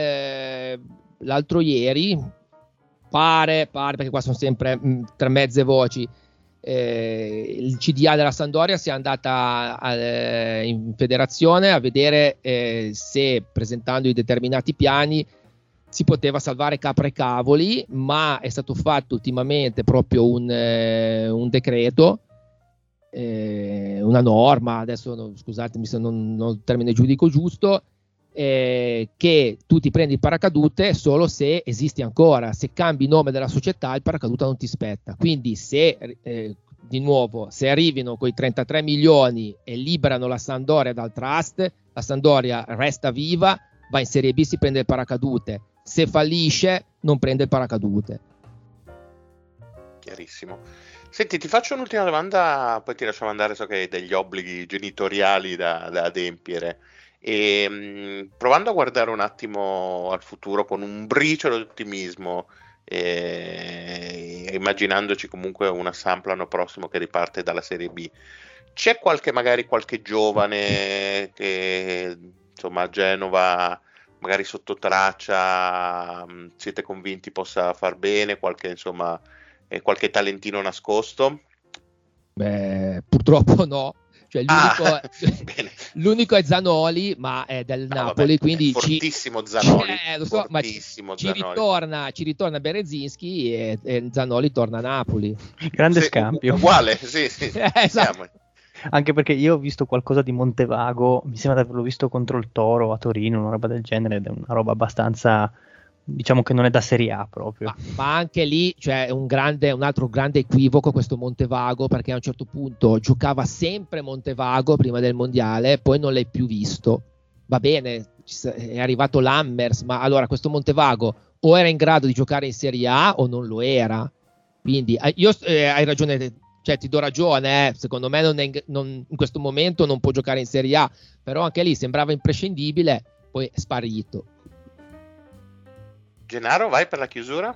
l'altro ieri pare, perché qua sono sempre tra mezze voci, il CDA della Sampdoria sia andata in federazione a vedere se, presentando i determinati piani, si poteva salvare capra e cavoli, ma è stato fatto ultimamente proprio un decreto, una norma, adesso scusatemi se non ho il termine giuridico giusto, che tu ti prendi il paracadute solo se esisti ancora. Se cambi nome della società il paracadute non ti spetta, quindi se di nuovo se arrivino quei 33 milioni e liberano la Sampdoria dal trust, la Sampdoria resta viva, va in Serie B, si prende il paracadute, se fallisce non prende il paracadute. Chiarissimo. Senti, ti faccio un'ultima domanda, poi ti lasciamo andare, so che hai degli obblighi genitoriali da adempiere. E provando a guardare un attimo al futuro con un briciolo di ottimismo, immaginandoci comunque una Samp l'anno prossimo che riparte dalla Serie B, c'è magari qualche giovane che insomma a Genova magari sotto traccia siete convinti possa far bene, qualche talentino nascosto? Beh, purtroppo no. Cioè, l'unico è Zanoli, ma è del Napoli, quindi fortissimo Zanoli, lo so, fortissimo ci ritorna Berezinski e Zanoli torna a Napoli. Grande scambio. Uguale, sì. Esatto. Anche perché io ho visto qualcosa di Montevago, mi sembra di averlo visto contro il Toro a Torino, una roba del genere, ed è una roba abbastanza, diciamo che non è da Serie A proprio. Ma anche lì c'è un altro grande equivoco questo Montevago, perché a un certo punto giocava sempre Montevago prima del mondiale, poi non l'hai più visto. Va bene, è arrivato Lammers, ma allora questo Montevago o era in grado di giocare in Serie A o non lo era. Quindi hai ragione, cioè ti do ragione, secondo me in questo momento non può giocare in Serie A, però anche lì sembrava imprescindibile, poi è sparito. Gennaro, vai per la chiusura?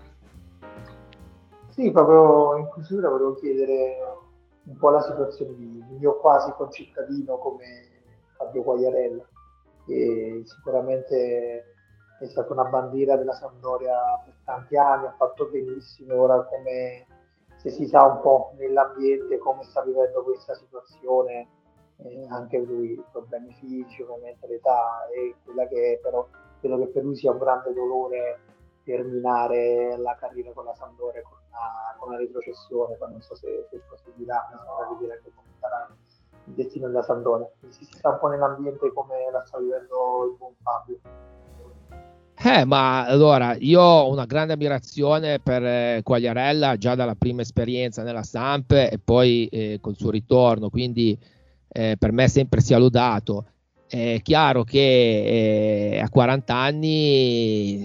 Sì, proprio in chiusura volevo chiedere un po' la situazione di mio quasi concittadino come Fabio Quagliarella, che sicuramente è stata una bandiera della Sampdoria per tanti anni, ha fatto benissimo, ora come se si sa un po' nell'ambiente come sta vivendo questa situazione, anche lui problemi fisici, ovviamente l'età e quella che è, però credo che per lui sia un grande dolore terminare la carriera con la Sampdoria con una retrocessione, poi non so se proseguirà, bisogna vedere anche come sarà il destino della Sampdoria. Si sta un po' nell'ambiente come la sta vivendo il buon Fabio. Ma allora io ho una grande ammirazione per Quagliarella già dalla prima esperienza nella Samp e poi col suo ritorno, quindi per me sempre sia lodato. È chiaro che a 40 anni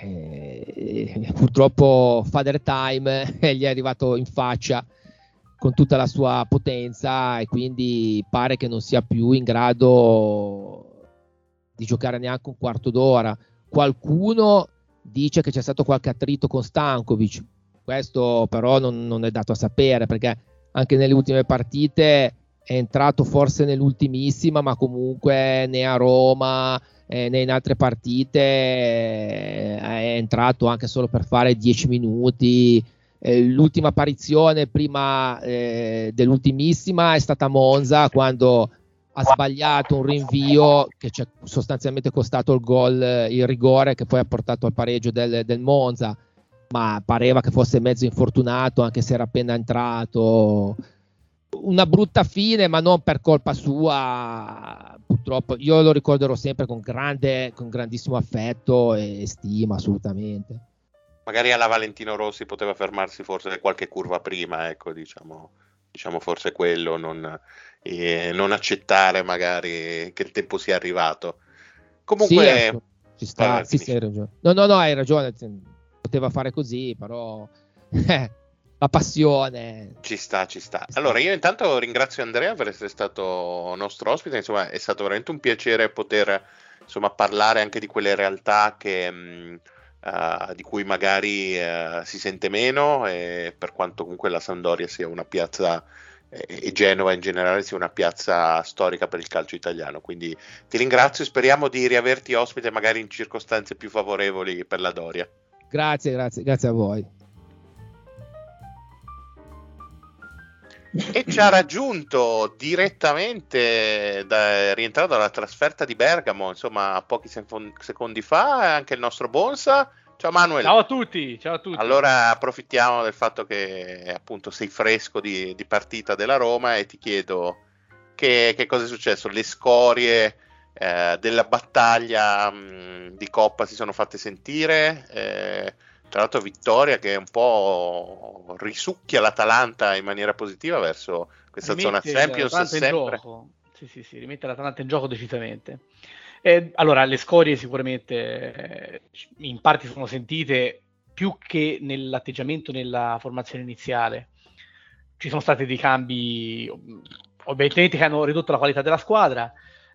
purtroppo Father Time gli è arrivato in faccia con tutta la sua potenza e quindi pare che non sia più in grado di giocare neanche un quarto d'ora. Qualcuno dice che c'è stato qualche attrito con Stankovic, questo però non è dato a sapere, perché anche nelle ultime partite è entrato forse nell'ultimissima, ma comunque né a Roma né in altre partite è entrato anche solo per fare 10 minuti. L'ultima apparizione prima dell'ultimissima è stata a Monza, quando ha sbagliato un rinvio che ci ha sostanzialmente costato il rigore che poi ha portato al pareggio del Monza, ma pareva che fosse mezzo infortunato anche se era appena entrato. Una brutta fine, ma non per colpa sua, purtroppo. Io lo ricorderò sempre con grandissimo affetto e stima, assolutamente. Magari alla Valentino Rossi poteva fermarsi forse qualche curva prima, ecco, diciamo forse quello, non accettare magari che il tempo sia arrivato. Comunque sì, ci sta, sì, hai ragione. No, hai ragione, poteva fare così, però la passione ci sta. Allora io intanto ringrazio Andrea per essere stato nostro ospite, insomma è stato veramente un piacere poter parlare anche di quelle realtà che di cui magari si sente meno, e per quanto comunque la Sampdoria sia una piazza e Genova in generale sia una piazza storica per il calcio italiano, quindi ti ringrazio e speriamo di riaverti ospite magari in circostanze più favorevoli per la Doria. Grazie a voi. E ci ha raggiunto direttamente rientrato dalla trasferta di Bergamo, insomma pochi secondi fa, anche il nostro Bonsa. Ciao Manuel. Ciao a tutti. Allora approfittiamo del fatto che appunto sei fresco di partita della Roma e ti chiedo che cosa è successo. Le scorie della battaglia di Coppa si sono fatte sentire, tra l'altro vittoria che un po' risucchia l'Atalanta in maniera positiva verso questa zona Champions sempre. Sì, rimette l'Atalanta in gioco decisamente. Allora, le scorie sicuramente in parte sono sentite più che nell'atteggiamento nella formazione iniziale. Ci sono stati dei cambi obiettivamente che hanno ridotto la qualità della squadra,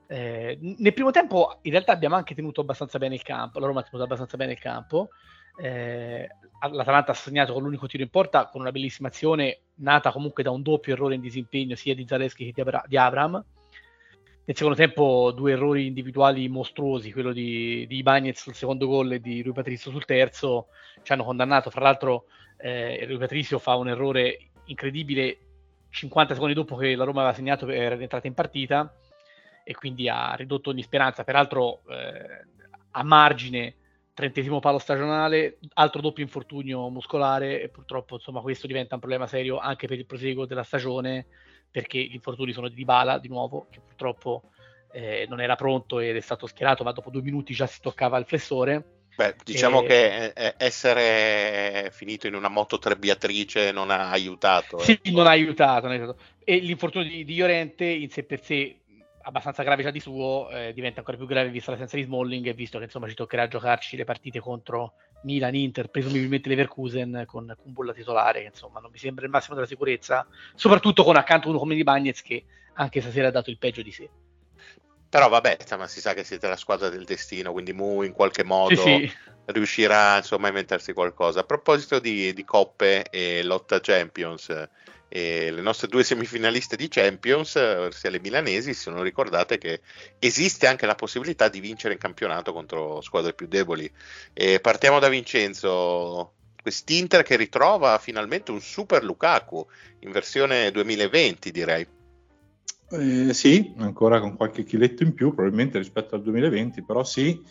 Nel primo tempo in realtà abbiamo anche tenuto abbastanza bene il campo, la Roma ha tenuto abbastanza bene il campo, l'Atalanta ha segnato con l'unico tiro in porta con una bellissima azione nata comunque da un doppio errore in disimpegno sia di Zalewski che di Abraham. Nel secondo tempo 2 errori individuali mostruosi, quello di Ibañez sul secondo gol e di Rui Patricio sul terzo, ci hanno condannato. Fra l'altro Rui Patricio fa un errore incredibile 50 secondi dopo che la Roma aveva segnato per era entrata in partita, e quindi ha ridotto ogni speranza. Peraltro a margine 30° palo stagionale, altro doppio infortunio muscolare, e purtroppo insomma questo diventa un problema serio anche per il proseguo della stagione, perché gli infortuni sono di Dybala di nuovo, che purtroppo non era pronto ed è stato schierato, ma dopo 2 minuti già si toccava il flessore. Beh, diciamo che essere finito in una moto trebbiatrice non ha aiutato. Sì, non ha aiutato. E l'infortunio di Llorente in sé per sé abbastanza grave già di suo, diventa ancora più grave vista l'assenza di Smalling, e visto che insomma ci toccherà giocarci le partite contro Milan, Inter, presumibilmente Leverkusen con Kumbulla titolare, che insomma non mi sembra il massimo della sicurezza, soprattutto con accanto uno come Ibañez che anche stasera ha dato il peggio di sé. Però vabbè, insomma, si sa che siete la squadra del destino, quindi Mu in qualche modo sì. riuscirà insomma a inventarsi qualcosa. A proposito di coppe e lotta Champions, le nostre 2 semifinaliste di Champions, ossia le milanesi, si sono ricordate che esiste anche la possibilità di vincere in campionato contro squadre più deboli. Partiamo da Vincenzo. Quest'Inter che ritrova finalmente un super Lukaku in versione 2020, direi. Sì, ancora con qualche chiletto in più probabilmente rispetto al 2020, però sì.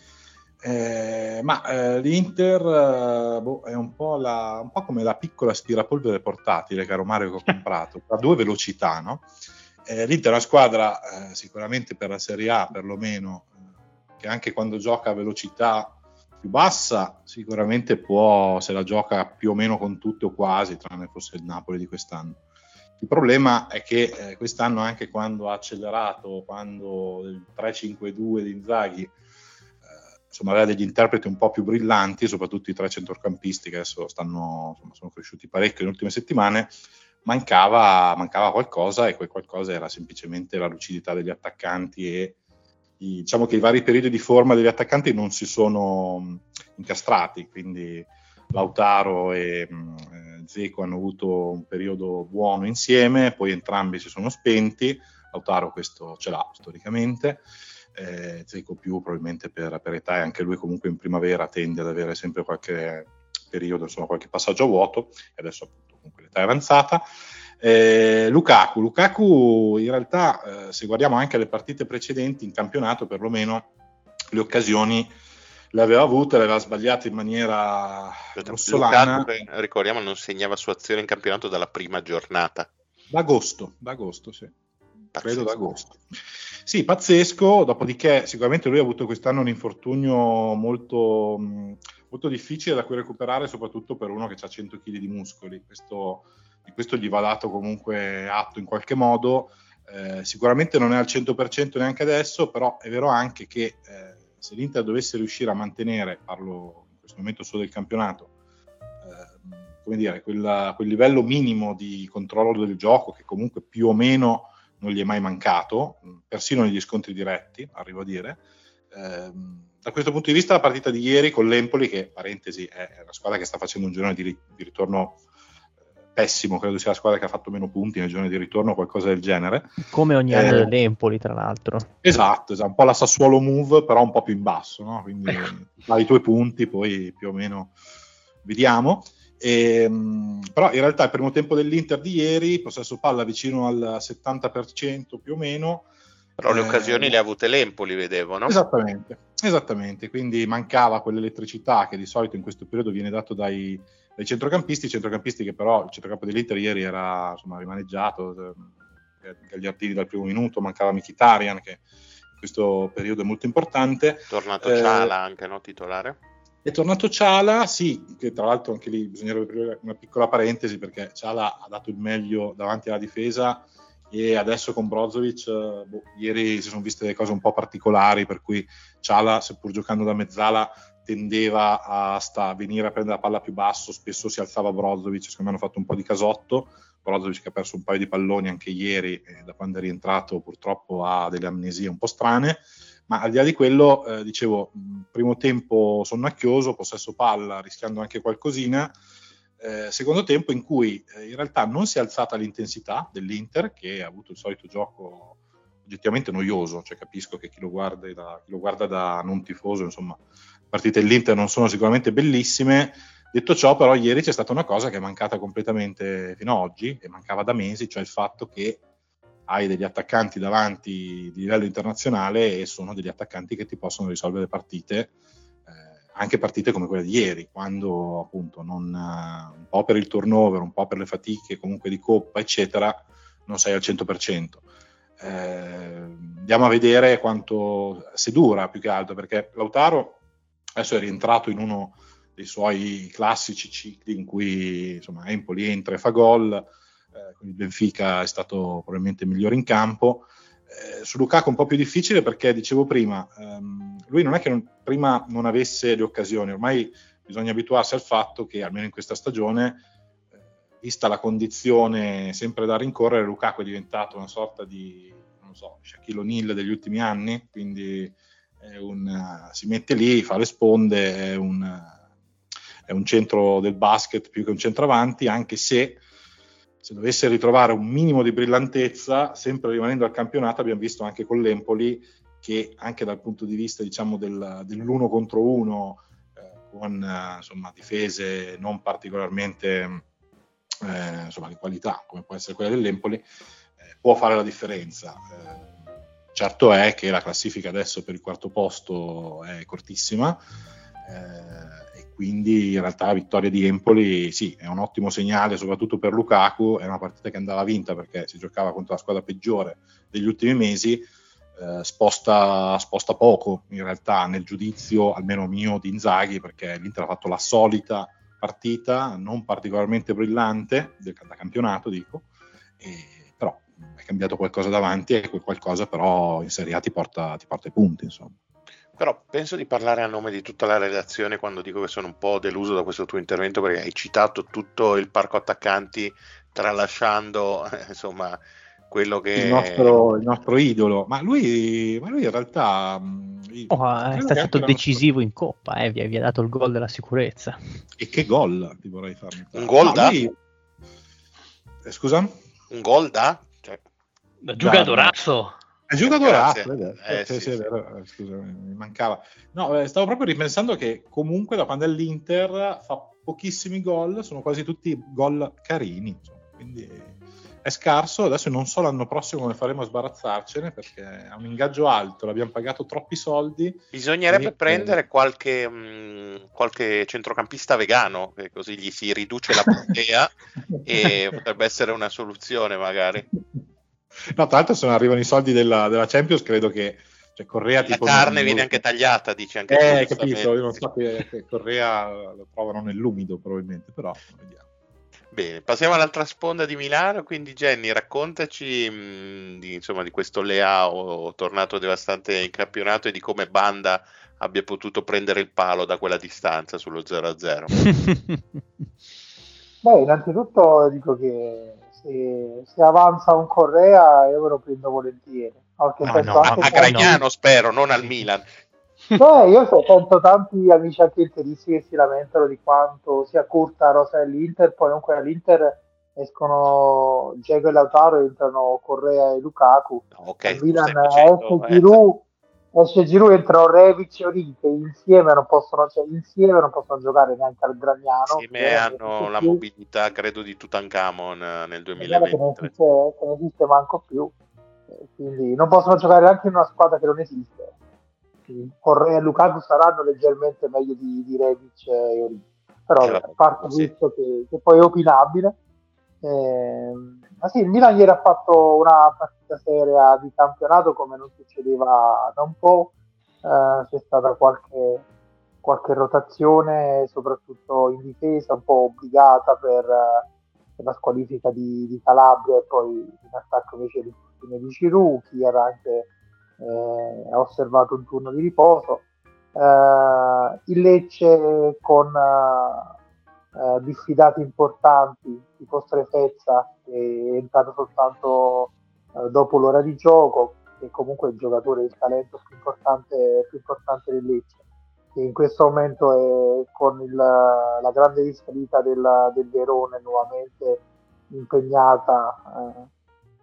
Ma l'Inter è un po' come la piccola aspirapolvere portatile, caro Mario, che ho comprato, a 2 velocità, no? L'Inter è una squadra sicuramente per la Serie A perlomeno, che anche quando gioca a velocità più bassa sicuramente può, se la gioca più o meno con tutte o quasi, tranne forse il Napoli di quest'anno. Il problema è che quest'anno, anche quando ha accelerato, quando il 3-5-2 di Inzaghi insomma aveva degli interpreti un po' più brillanti, soprattutto i 3 centrocampisti che adesso sono cresciuti parecchio nelle ultime settimane, mancava qualcosa, e quel qualcosa era semplicemente la lucidità degli attaccanti, e diciamo che i vari periodi di forma degli attaccanti non si sono incastrati, quindi Lautaro e Dzeko hanno avuto un periodo buono insieme, poi entrambi si sono spenti. Lautaro questo ce l'ha storicamente, Dzeko più probabilmente per età, e anche lui comunque in primavera tende ad avere sempre qualche periodo, insomma qualche passaggio a vuoto, e adesso appunto comunque l'età è avanzata. Lukaku in realtà se guardiamo anche le partite precedenti in campionato, perlomeno le occasioni le aveva avute, le aveva sbagliate in maniera grossolana. Lukaku, ricordiamo, non segnava su azione in campionato dalla prima giornata. D'agosto, sì. Credo d'agosto. Sì, pazzesco. Dopodiché sicuramente lui ha avuto quest'anno un infortunio molto, molto difficile da cui recuperare, soprattutto per uno che ha 100 kg di muscoli. Di questo gli va dato comunque atto in qualche modo. Sicuramente non è al 100% neanche adesso, però è vero anche che se l'Inter dovesse riuscire a mantenere, parlo in questo momento solo del campionato, come dire, quel livello minimo di controllo del gioco che comunque più o meno non gli è mai mancato, persino negli scontri diretti, arrivo a dire. Da questo punto di vista la partita di ieri con l'Empoli, che parentesi è una squadra che sta facendo un girone di ritorno pessimo, credo sia la squadra che ha fatto meno punti nel girone di ritorno, qualcosa del genere. Come ogni anno dell'Empoli, tra l'altro. Esatto, un po' la Sassuolo move, però un po' più in basso, no? Quindi i tuoi punti, poi più o meno vediamo. Però in realtà il primo tempo dell'Inter di ieri, possesso palla vicino al 70% più o meno, però le occasioni le ha avute l'Empoli, vedevo, no? Esattamente, quindi mancava quell'elettricità che di solito in questo periodo viene dato dai centrocampisti che però il centrocampo dell'Inter ieri era insomma rimaneggiato, Gagliardini dal primo minuto, mancava Mkhitaryan che in questo periodo è molto importante. Tornato Ciala anche, no, titolare? È tornato Ciala, sì, che tra l'altro anche lì bisognerebbe aprire una piccola parentesi, perché Ciala ha dato il meglio davanti alla difesa e adesso con Brozovic, ieri si sono viste cose un po' particolari, per cui Ciala, seppur giocando da mezzala, tendeva a venire a prendere la palla più basso, spesso si alzava Brozovic, secondo me hanno fatto un po' di casotto. Brozovic che ha perso un paio di palloni anche ieri, da quando è rientrato purtroppo ha delle amnesie un po' strane, ma al di là di quello, dicevo, primo tempo sonnacchioso, possesso palla, rischiando anche qualcosina. Secondo tempo in cui in realtà non si è alzata l'intensità dell'Inter, che ha avuto il solito gioco oggettivamente noioso, cioè capisco che chi lo guarda da non tifoso, insomma, le partite dell'Inter non sono sicuramente bellissime. Detto ciò, però, ieri c'è stata una cosa che è mancata completamente fino ad oggi, e mancava da mesi, cioè il fatto che hai degli attaccanti davanti di livello internazionale e sono degli attaccanti che ti possono risolvere partite, anche partite come quella di ieri, quando appunto un po' per il turnover, un po' per le fatiche comunque di coppa, eccetera, non sei al 100%. Andiamo a vedere quanto se dura, più che altro, perché Lautaro adesso è rientrato in uno dei suoi classici cicli in cui insomma Empoli entra e fa gol, con il Benfica è stato probabilmente il migliore in campo. Su Lukaku un po' più difficile, perché dicevo prima, lui non è che prima non avesse le occasioni, ormai bisogna abituarsi al fatto che almeno in questa stagione, vista la condizione sempre da rincorrere, Lukaku è diventato una sorta di, non so, Shaquille O'Neal degli ultimi anni, quindi si mette lì, fa le sponde, è un centro del basket più che un centravanti, anche se dovesse ritrovare un minimo di brillantezza, sempre rimanendo al campionato, abbiamo visto anche con l'Empoli che anche dal punto di vista, diciamo, dell'uno contro uno, con insomma difese non particolarmente insomma di qualità come può essere quella dell'Empoli, può fare la differenza. Certo è che la classifica adesso per il quarto posto è cortissima, e quindi in realtà la vittoria di Empoli sì, è un ottimo segnale, soprattutto per Lukaku. È una partita che andava vinta perché si giocava contro la squadra peggiore degli ultimi mesi, sposta poco in realtà nel giudizio, almeno mio, di Inzaghi, perché l'Inter ha fatto la solita partita non particolarmente brillante da campionato, dico, però è cambiato qualcosa davanti, e quel qualcosa però in Serie A ti porta ai punti, insomma. Però penso di parlare a nome di tutta la redazione quando dico che sono un po' deluso da questo tuo intervento, perché hai citato tutto il parco attaccanti, tralasciando insomma quello che il nostro idolo, ma lui in realtà è stato decisivo in Coppa, vi ha dato il gol della sicurezza. E che gol ti vorrei far notare. Un gol da? Scusa? Un gol da? Cioè... Da giocadorazzo. È giocadorazzo, sì. È vero. Scusa, mi mancava. No, stavo proprio ripensando che comunque da quando è l'Inter fa pochissimi gol, sono quasi tutti gol carini, insomma, quindi è scarso. Adesso non so l'anno prossimo come faremo a sbarazzarcene, perché ha un ingaggio alto, l'abbiamo pagato troppi soldi. Bisognerebbe prendere qualche centrocampista vegano, che così gli si riduce la platea e potrebbe essere una soluzione magari. No, tra l'altro se non arrivano i soldi della Champions, credo che Correa la tipo carne viene anche tagliata, dice anche tu, capito, io non so che Correa lo trovano nell'umido probabilmente, però vediamo. Bene, passiamo all'altra sponda di Milano, quindi Jenny, raccontaci di questo Leao tornato devastante in campionato e di come Banda abbia potuto prendere il palo da quella distanza sullo 0-0. Beh, innanzitutto dico che se avanza un Correa io me lo prendo volentieri. A Gragnano spero, non al Milan. Io sento tanti amici anche interisti che si lamentano di quanto sia corta la rosa dell'Inter, poi comunque all'Inter escono Dzeko e Lautaro, entrano Correa e Lukaku. Okay, al Milan esce Giroud, entrano Rebic e Origi, che insieme non possono giocare neanche al Gragnano. Insieme hanno la mobilità, credo, di Tutankhamon nel 2020. Che non esiste manco più, quindi non possono giocare anche in una squadra che non esiste. Correa e Lukaku saranno leggermente meglio di Rebic e Origi, però a parte questo che poi è opinabile. Ma sì, il Milan ieri ha fatto una partita seria di campionato come non succedeva da un po', c'è stata qualche rotazione soprattutto in difesa, un po' obbligata per la squalifica di Calabria e poi in attacco invece l'infortunio di Giroud. Chiar anche ha osservato un turno di riposo. Il Lecce con diffidati importanti tipo Strefezza, che è entrato soltanto dopo l'ora di gioco, che comunque è il giocatore il talento più importante del Lecce, che in questo momento è con la grande risalita del Verone nuovamente impegnata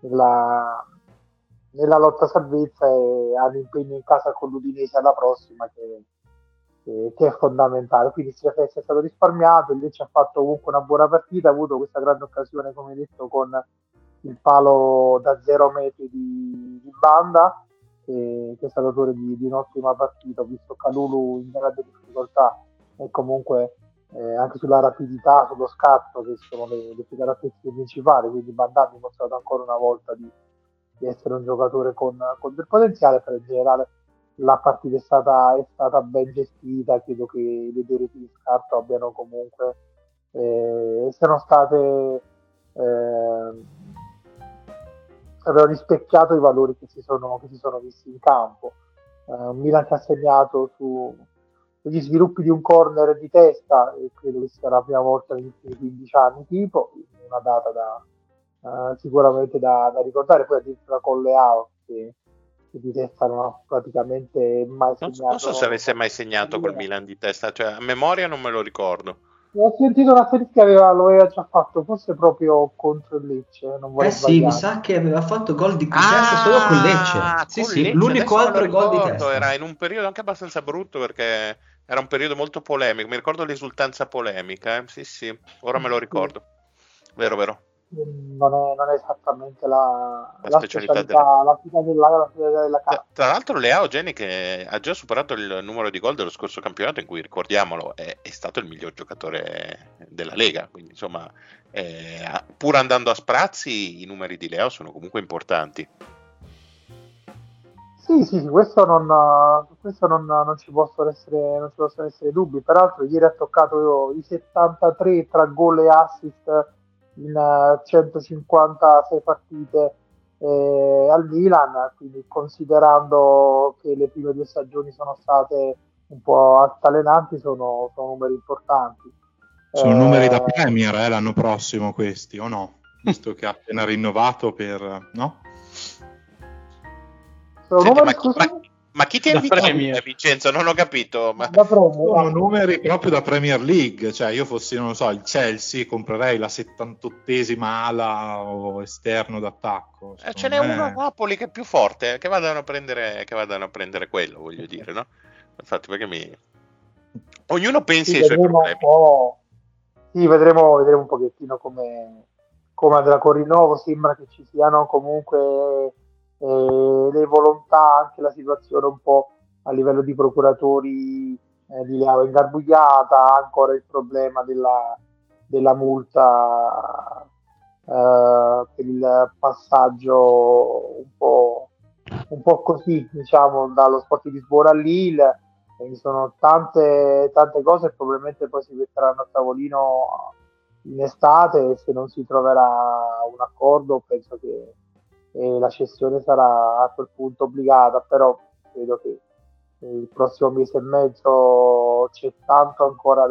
nella lotta salvezza, e ha l'impegno in casa con l'Udinese alla prossima che è fondamentale. Quindi Strefezza è stato risparmiato, il Lecce ha fatto comunque una buona partita, ha avuto questa grande occasione, come detto, con il palo da 0 metri di Banda, che è stato autore di un'ottima partita. Ho visto Calulu in grande difficoltà e comunque anche sulla rapidità, sullo scatto, che sono le sue caratteristiche principali, quindi Banda ha dimostrato ancora una volta di essere un giocatore con del potenziale. Per in generale la partita è stata ben gestita, credo che le due reti di scarto abbiano comunque siano state abbiano rispecchiato i valori che si sono visti in campo. Un Milan che ha segnato sugli sviluppi di un corner di testa, e credo che sia la prima volta negli ultimi 15 anni tipo, una data sicuramente da ricordare. Poi addirittura con Leao che di testa non ha praticamente mai segnato. Non so se avesse mai segnato col Milan di testa, cioè a memoria non me lo ricordo. Ho sentito una serie che lo aveva già fatto, forse proprio contro il Lecce. Non vorrei sì, mi sa che aveva fatto gol di testa solo con Lecce. Sì, con sì, Lecce, l'unico altro gol di testa. Era in un periodo anche abbastanza brutto, perché era un periodo molto polemico. Mi ricordo l'esultanza polemica. Sì, ora me lo ricordo. Vero. Non è esattamente la specialità della casa. Tra l'altro Leao Geni, che ha già superato il numero di gol dello scorso campionato, in cui, ricordiamolo, è stato il miglior giocatore della Lega, quindi insomma pur andando a sprazzi i numeri di Leao sono comunque importanti. Sì, questo non ci possono essere dubbi. Peraltro ieri ha toccato i 73 tra gol e assist in 156 partite al Milan, quindi considerando che le prime 2 stagioni sono state un po' altalenanti, sono numeri importanti. Sono numeri da Premier l'anno prossimo questi, o no? Visto che ha appena rinnovato no? Ma chi ti ha invitato, Vincenzo? Non ho capito. Sono numeri proprio da Premier League. Cioè, io fossi, non lo so, il Chelsea, comprerei la 78esima ala o esterno d'attacco. Ce n'è uno a Napoli che è più forte, che vadano a prendere quello, voglio dire, no? Infatti, perché ognuno pensi ai suoi problemi. Sì, vedremo un pochettino come andrà con rinnovo. Sembra che ci siano comunque le volontà, anche la situazione un po' a livello di procuratori di Leao ingarbugliata, ancora il problema della multa per il passaggio un po' così, diciamo, dallo Sporting Lisbona a Lille. Quindi sono tante cose e probabilmente poi si metteranno a tavolino in estate, e se non si troverà un accordo penso che la cessione sarà a quel punto obbligata. Però credo che il prossimo mese e mezzo c'è tanto ancora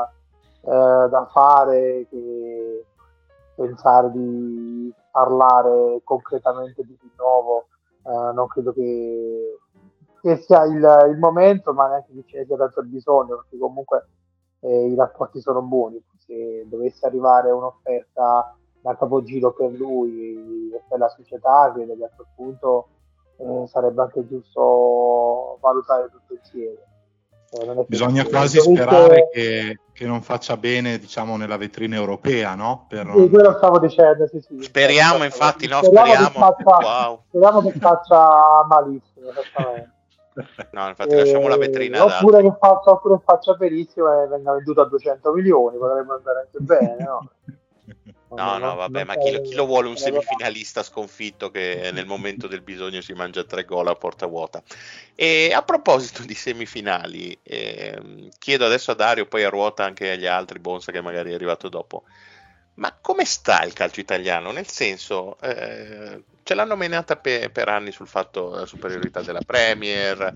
da fare, che pensare di parlare concretamente di rinnovo non credo che sia il momento, ma neanche che ce ne sia tanto bisogno, perché comunque i rapporti sono buoni. Se dovesse arrivare un'offerta da capogiro per lui e per la società, credo che a quel punto sarebbe anche giusto valutare tutto insieme. Bisogna quasi sperare che non faccia bene, diciamo, nella vetrina europea, no? Sì, quello stavo dicendo, sì. Speriamo, infatti, no? Speriamo che faccia malissimo, esattamente. No, infatti lasciamo la vetrina oppure che faccia perissimo e venga venduto a 200 milioni, potrebbe andare anche bene, no? No, vabbè, ma chi lo vuole un semifinalista sconfitto che nel momento del bisogno si mangia 3 gol a porta vuota? E a proposito di semifinali, chiedo adesso a Dario, poi a ruota anche agli altri, Bonsa che magari è arrivato dopo, Ma come sta il calcio italiano? Nel senso, ce l'hanno menata per anni sul fatto della superiorità della Premier,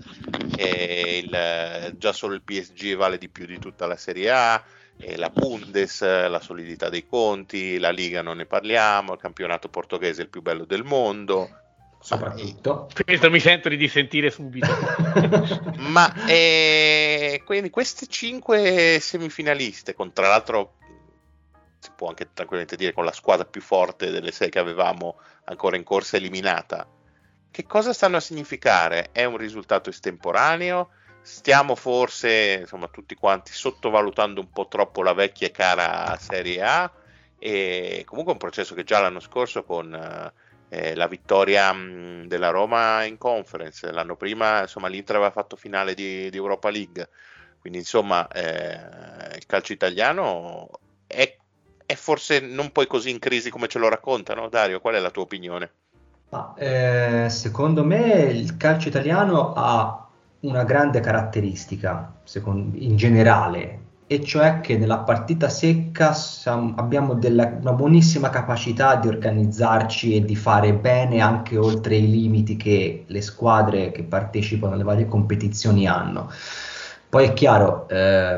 già solo il PSG vale di più di tutta la Serie A, la Bundes, la solidità dei conti, la Liga non ne parliamo, il campionato portoghese è il più bello del mondo. Soprattutto. Questo mi sento di dissentire subito. Ma quindi queste 5 semifinaliste, con tra l'altro si può anche tranquillamente dire con la squadra più forte delle 6 che avevamo ancora in corsa eliminata, che cosa stanno a significare? È un risultato estemporaneo? Stiamo forse, insomma, tutti quanti sottovalutando un po' troppo la vecchia e cara Serie A? E comunque un processo che già l'anno scorso con la vittoria della Roma in Conference, l'anno prima insomma l'Inter aveva fatto finale di Europa League, quindi insomma il calcio italiano è forse non poi così in crisi come ce lo raccontano. Dario, qual è la tua opinione? Secondo me il calcio italiano ha una grande caratteristica in generale, e cioè che nella partita secca abbiamo una buonissima capacità di organizzarci e di fare bene anche oltre i limiti che le squadre che partecipano alle varie competizioni hanno. Poi è chiaro,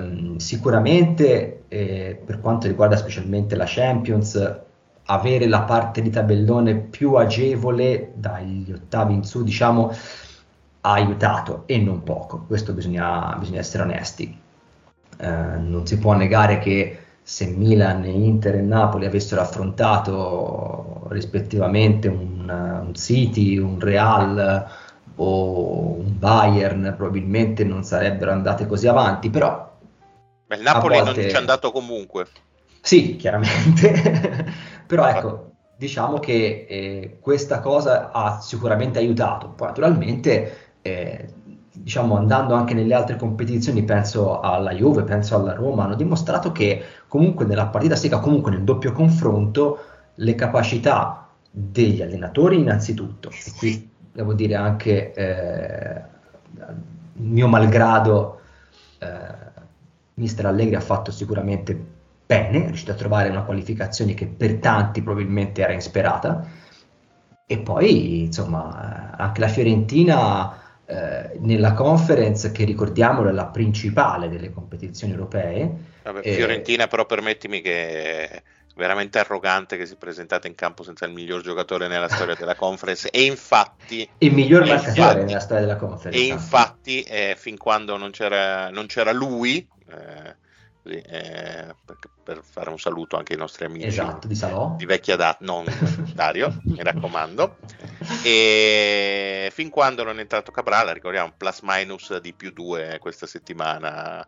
sicuramente per quanto riguarda specialmente la Champions, avere la parte di tabellone più agevole dagli ottavi in su, diciamo, ha aiutato, e non poco. Questo bisogna essere onesti. Non si può negare che se Milan, Inter e Napoli avessero affrontato rispettivamente un City, un Real o un Bayern, probabilmente non sarebbero andate così avanti, però il Napoli non ci è andato comunque. Sì, chiaramente, però ecco, diciamo che questa cosa ha sicuramente aiutato. Poi naturalmente diciamo, andando anche nelle altre competizioni, penso alla Juve, penso alla Roma, hanno dimostrato che comunque nella partita secca, comunque nel doppio confronto, le capacità degli allenatori innanzitutto, e qui devo dire anche mio malgrado, mister Allegri ha fatto sicuramente bene, è riuscito a trovare una qualificazione che per tanti probabilmente era insperata, e poi insomma anche la Fiorentina nella conference, che ricordiamolo è la principale delle competizioni europee. Vabbè, Fiorentina però permettimi, che è veramente arrogante, che si è presentata in campo senza il miglior giocatore nella storia della conference, e infatti il miglior marcatore nella storia della conference, e infatti fin quando non c'era lui, per fare un saluto anche ai nostri amici, esatto, di Salò, di vecchia data, non Dario, mi raccomando, e fin quando non è entrato Cabral, ricordiamo, plus minus di +2 questa settimana.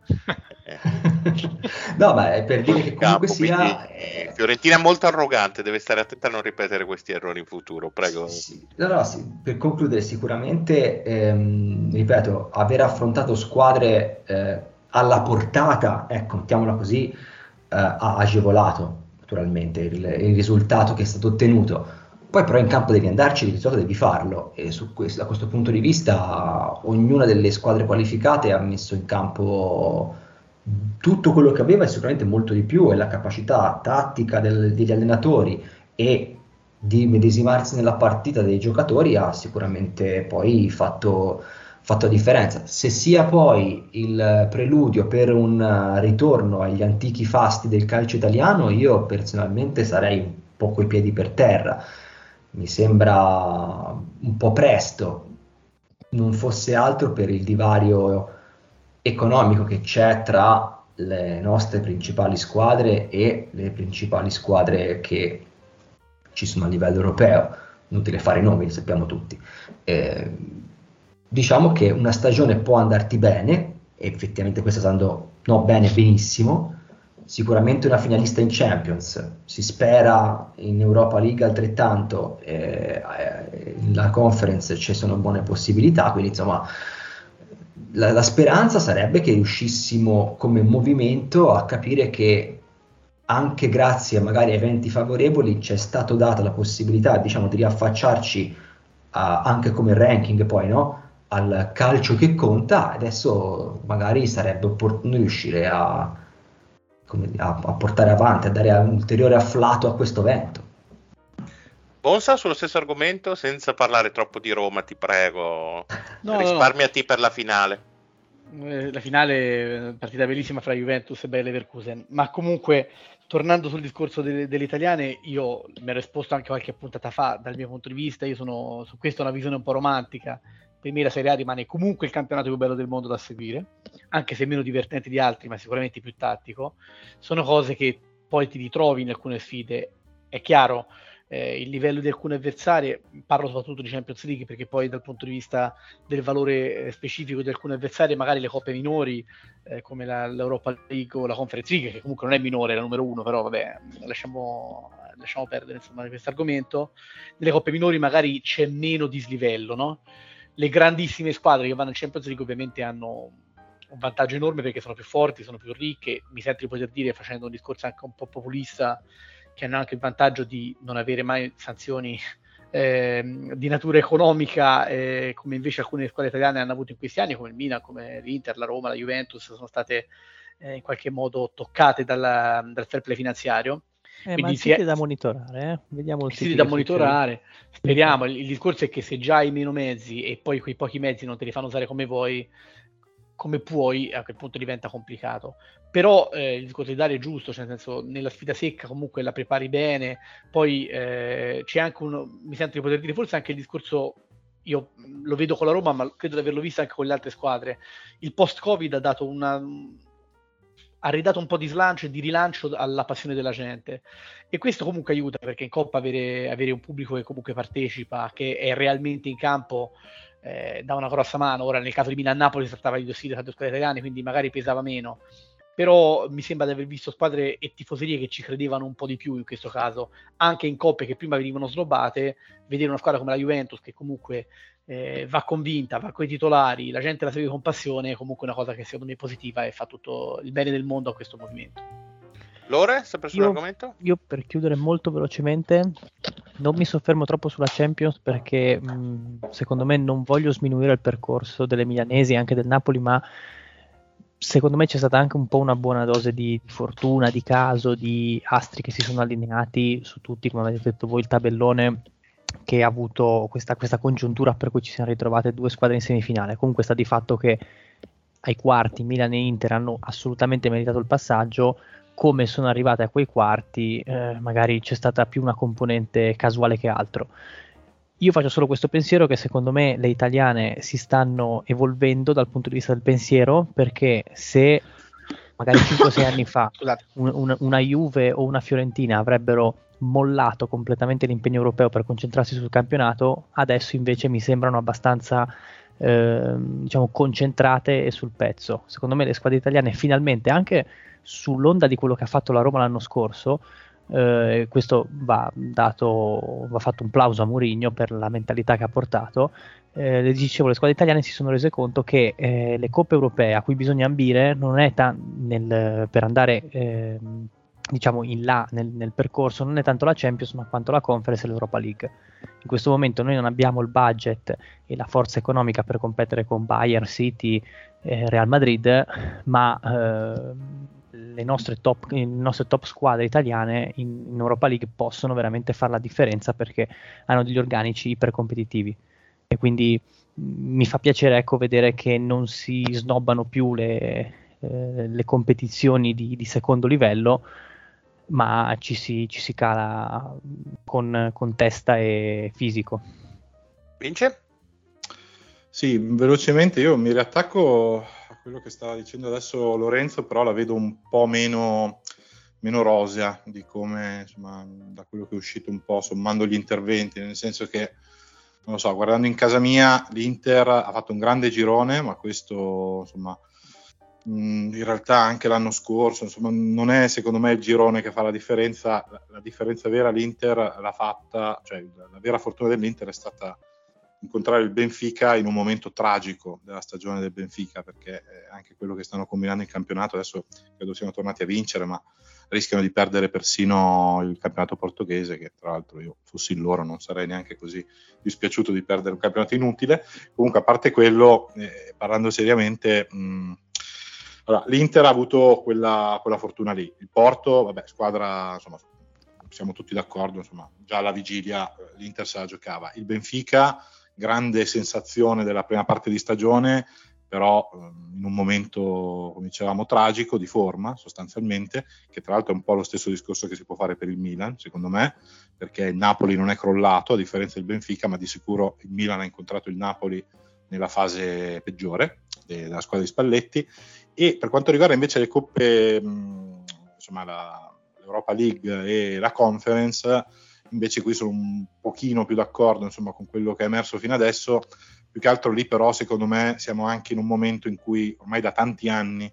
No, ma è per dire che comunque sia Fiorentina è molto arrogante, deve stare attenta a non ripetere questi errori in futuro, prego. Sì, per concludere, sicuramente ripeto, aver affrontato squadre alla portata, ecco, mettiamola così, ha agevolato naturalmente il risultato che è stato ottenuto. Poi però in campo devi andarci, il risultato devi farlo, e da questo punto di vista ognuna delle squadre qualificate ha messo in campo tutto quello che aveva, e sicuramente molto di più, e la capacità tattica degli allenatori e di medesimarsi nella partita dei giocatori ha sicuramente poi fatto la differenza. Se sia poi il preludio per un ritorno agli antichi fasti del calcio italiano, io personalmente sarei un po' coi piedi per terra. Mi sembra un po' presto, non fosse altro per il divario economico che c'è tra le nostre principali squadre e le principali squadre che ci sono a livello europeo. Inutile fare i nomi, li sappiamo tutti. Diciamo che una stagione può andarti bene, e effettivamente questa sta andando benissimo. Sicuramente una finalista in Champions, si spera in Europa League altrettanto, la Conference ci sono buone possibilità, quindi insomma la speranza sarebbe che riuscissimo come movimento a capire che anche grazie magari a eventi favorevoli ci è stato data la possibilità, diciamo, di riaffacciarci anche come ranking poi, no? Al calcio che conta. Adesso magari sarebbe opportuno riuscire a a portare avanti, a dare un ulteriore afflato a questo vento. Bonsa, sullo stesso argomento, senza parlare troppo di Roma, ti prego, risparmiati per la finale. La finale, partita bellissima fra Juventus e Bayer Leverkusen, ma comunque tornando sul discorso delle italiane, io mi ero esposto anche qualche puntata fa, dal mio punto di vista, io sono su questo una visione un po' romantica. Per me la Serie A rimane comunque il campionato più bello del mondo da seguire, anche se meno divertente di altri, ma sicuramente più tattico. Sono cose che poi ti ritrovi in alcune sfide. È chiaro, il livello di alcune avversarie, parlo soprattutto di Champions League, perché poi dal punto di vista del valore specifico di alcune avversarie, magari le coppe minori, come l'Europa League o la Conference League, che comunque non è minore, è la numero 1, però vabbè, lasciamo perdere insomma questo argomento. Nelle coppe minori magari c'è meno dislivello, no? Le grandissime squadre che vanno in Champions League ovviamente hanno un vantaggio enorme perché sono più forti, sono più ricche. Mi sento di poter dire, facendo un discorso anche un po' populista, che hanno anche il vantaggio di non avere mai sanzioni di natura economica, come invece alcune squadre italiane hanno avuto in questi anni, come il Milan, come l'Inter, la Roma, la Juventus, sono state in qualche modo toccate dal fair play finanziario. Ma il City è da monitorare, vediamo il City da monitorare. Speriamo. Il discorso è che se già hai meno mezzi e poi quei pochi mezzi non te li fanno usare come puoi, a quel punto diventa complicato. Però il discorso di dare è giusto, cioè nel senso, nella sfida secca comunque la prepari bene. Poi c'è anche mi sento di poter dire, forse anche il discorso, io lo vedo con la Roma, ma credo di averlo visto anche con le altre squadre. Il post-Covid ha dato ha ridato un po' di slancio e di rilancio alla passione della gente, e questo comunque aiuta, perché in Coppa avere un pubblico che comunque partecipa, che è realmente in campo, dà una grossa mano. Ora nel caso di Milan-Napoli si trattava di due squadre italiane, quindi magari pesava meno, però mi sembra di aver visto squadre e tifoserie che ci credevano un po' di più in questo caso, anche in coppe che prima venivano snobbate. Vedere una squadra come la Juventus che comunque va convinta, va coi titolari, la gente la segue con passione, è comunque una cosa che secondo me è positiva e fa tutto il bene del mondo a questo movimento. Lore, sempre sull'argomento? Io per chiudere molto velocemente, non mi soffermo troppo sulla Champions, perché secondo me non voglio sminuire il percorso delle milanesi e anche del Napoli, ma secondo me c'è stata anche un po' una buona dose di fortuna, di caso, di astri che si sono allineati su tutti, come avete detto voi, il tabellone che ha avuto questa congiuntura per cui ci siamo ritrovate due squadre in semifinale. Comunque sta di fatto che ai quarti Milan e Inter hanno assolutamente meritato il passaggio. Come sono arrivate a quei quarti, magari c'è stata più una componente casuale che altro. Io faccio solo questo pensiero, che secondo me le italiane si stanno evolvendo dal punto di vista del pensiero, perché se magari 5-6 anni fa una Juve o una Fiorentina avrebbero mollato completamente l'impegno europeo per concentrarsi sul campionato, adesso invece mi sembrano abbastanza concentrate e sul pezzo. Secondo me le squadre italiane finalmente, anche sull'onda di quello che ha fatto la Roma l'anno scorso, questo va fatto un plauso a Mourinho per la mentalità che ha portato. Le squadre italiane si sono rese conto che le coppe europee a cui bisogna ambire non è per andare in là nel percorso, non è tanto la Champions ma quanto la Conference e l'Europa League. In questo momento noi non abbiamo il budget e la forza economica per competere con Bayern, City, Real Madrid, ma le nostre top squadre italiane in Europa League possono veramente fare la differenza, perché hanno degli organici ipercompetitivi, e quindi mi fa piacere vedere che non si snobbano più le competizioni di secondo livello, ma ci si cala con testa e fisico. Vince? Sì, velocemente io mi riattacco a quello che stava dicendo adesso Lorenzo, però la vedo un po' meno rosea di come, insomma, da quello che è uscito un po' sommando gli interventi, nel senso che, non lo so, guardando in casa mia, l'Inter ha fatto un grande girone, ma questo, insomma, in realtà anche l'anno scorso, insomma, non è secondo me il girone che fa la differenza. La differenza vera l'Inter l'ha fatta, cioè la vera fortuna dell'Inter è stata incontrare il Benfica in un momento tragico della stagione del Benfica, perché anche quello che stanno combinando in campionato, adesso credo siano tornati a vincere, ma rischiano di perdere persino il campionato portoghese, che tra l'altro io fossi loro non sarei neanche così dispiaciuto di perdere un campionato inutile. Comunque, a parte quello, parlando seriamente, Allora, l'Inter ha avuto quella fortuna lì. Il Porto, vabbè, squadra, insomma, siamo tutti d'accordo, insomma, già alla vigilia l'Inter se la giocava. Il Benfica, grande sensazione della prima parte di stagione, però in un momento, come dicevamo, tragico, di forma sostanzialmente, che tra l'altro è un po' lo stesso discorso che si può fare per il Milan, secondo me, perché il Napoli non è crollato, a differenza del Benfica, ma di sicuro il Milan ha incontrato il Napoli nella fase peggiore della squadra di Spalletti. E per quanto riguarda invece le coppe, insomma l'Europa League e la Conference, invece qui sono un pochino più d'accordo, insomma, con quello che è emerso fino adesso. Più che altro lì però secondo me siamo anche in un momento in cui ormai da tanti anni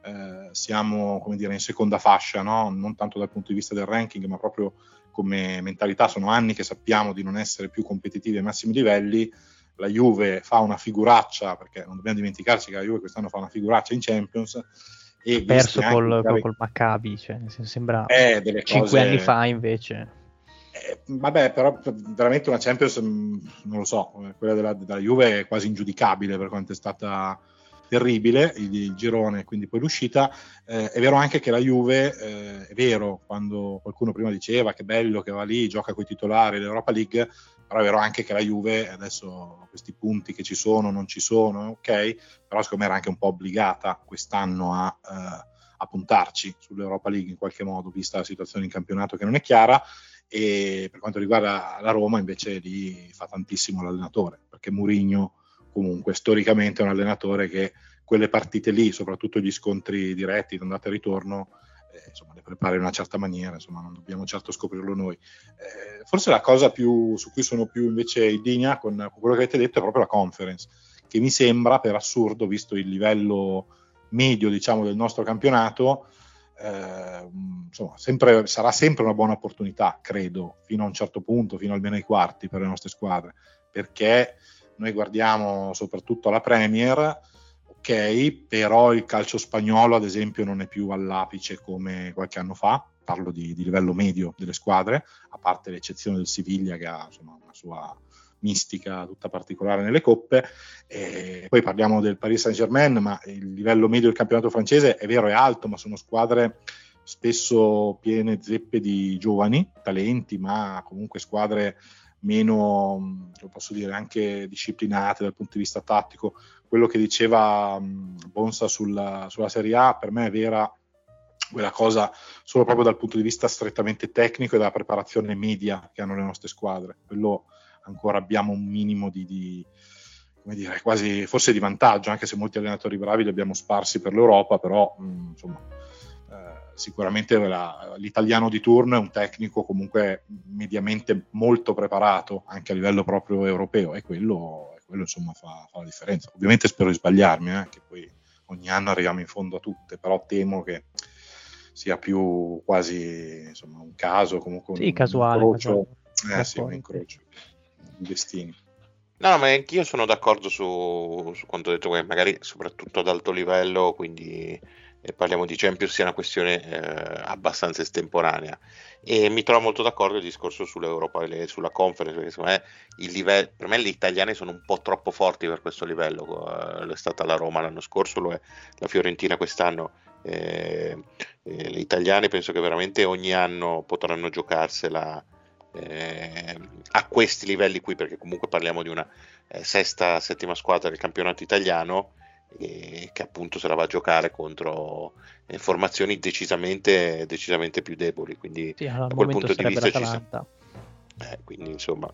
siamo, come dire, in seconda fascia, no? Non tanto dal punto di vista del ranking, ma proprio come mentalità. Sono anni che sappiamo di non essere più competitivi ai massimi livelli. La Juve fa una figuraccia, perché non dobbiamo dimenticarci che la Juve quest'anno fa una figuraccia in Champions, e ha perso col Maccabi, cioè, sembra delle 5 cose... anni fa invece. Vabbè, però veramente una Champions, non lo so, quella della Juve è quasi ingiudicabile per quanto è stata terribile il girone, quindi poi l'uscita. È vero anche che la Juve, è vero, quando qualcuno prima diceva che bello che va lì, gioca coi titolari dell'Europa League, però è vero anche che la Juve adesso questi punti che ci sono, non ci sono, ok, però secondo me era anche un po' obbligata quest'anno a puntarci sull'Europa League in qualche modo, vista la situazione in campionato che non è chiara. E per quanto riguarda la Roma invece lì fa tantissimo l'allenatore, perché Mourinho comunque storicamente è un allenatore che quelle partite lì, soprattutto gli scontri diretti d'andata e ritorno, insomma, le prepara in una certa maniera, insomma non dobbiamo certo scoprirlo noi. Forse la cosa su cui sono più invece in linea con quello che avete detto è proprio la Conference, che mi sembra, per assurdo, visto il livello medio, diciamo, del nostro campionato, insomma, sarà sempre una buona opportunità, credo, fino a un certo punto, fino almeno ai quarti per le nostre squadre, perché noi guardiamo soprattutto la Premier, ok, però il calcio spagnolo ad esempio non è più all'apice come qualche anno fa, parlo di livello medio delle squadre, a parte l'eccezione del Siviglia che ha, insomma, una sua mistica tutta particolare nelle coppe. E poi parliamo del Paris Saint-Germain, ma il livello medio del campionato francese è vero, è alto, ma sono squadre spesso piene zeppe di giovani talenti, ma comunque squadre meno, posso dire, anche disciplinate dal punto di vista tattico. Quello che diceva Bonsa sulla Serie A per me è vera quella cosa solo proprio dal punto di vista strettamente tecnico e della preparazione media che hanno le nostre squadre. Quello ancora abbiamo un minimo di come dire, quasi forse di vantaggio, anche se molti allenatori bravi li abbiamo sparsi per l'Europa, però insomma sicuramente l'italiano di turno è un tecnico comunque mediamente molto preparato anche a livello proprio europeo, e quello insomma fa la differenza. Ovviamente spero di sbagliarmi, che poi ogni anno arriviamo in fondo a tutte, però temo che sia più quasi, insomma, un caso, comunque sì, casuale, un incrocio, un incrocio di destini. No, ma anch'io sono d'accordo su quanto detto, che magari soprattutto ad alto livello, quindi parliamo di Champions, sia una questione abbastanza estemporanea, e mi trovo molto d'accordo il discorso sull'Europa e sulla Conference, perché secondo me il livello, per me gli italiani sono un po' troppo forti per questo livello. Lo è stata la Roma l'anno scorso, lo è la Fiorentina quest'anno. Gli italiani penso che veramente ogni anno potranno giocarsela a questi livelli qui, perché comunque parliamo di una sesta, settima squadra del campionato italiano, che appunto se la va a giocare contro formazioni decisamente più deboli, quindi sì, da quel punto di vista ci siamo, quindi insomma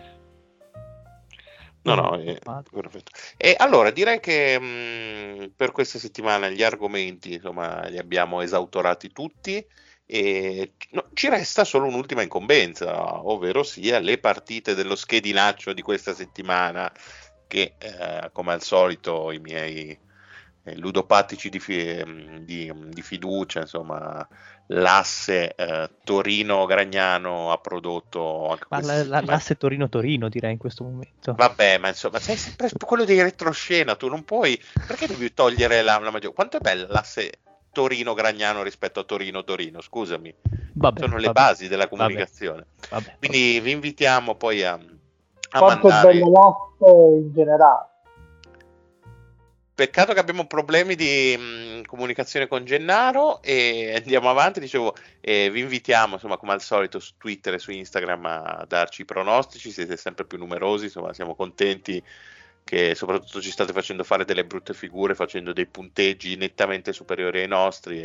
perfetto. E allora direi che per questa settimana gli argomenti, insomma, li abbiamo esautorati tutti, e ci resta solo un'ultima incombenza, ovvero sia le partite dello schedinaccio di questa settimana, che come al solito i miei ludopatici di fiducia, insomma, l'asse Torino-Gragnano ha prodotto anche l'asse Torino-Torino, direi in questo momento. Vabbè, ma insomma, sei sempre quello dei retroscena, tu non puoi, perché devi togliere la maggiore? Quanto è bella l'asse Torino-Gragnano rispetto a Torino-Torino, scusami. Sono le basi della comunicazione. Vabbè. Quindi vi invitiamo poi a quanto mandare... è bella l'asse in generale. Peccato che abbiamo problemi di comunicazione con Gennaro e andiamo avanti. Dicevo, vi invitiamo, insomma, come al solito su Twitter e su Instagram a darci i pronostici, siete sempre più numerosi, insomma, siamo contenti che soprattutto ci state facendo fare delle brutte figure, facendo dei punteggi nettamente superiori ai nostri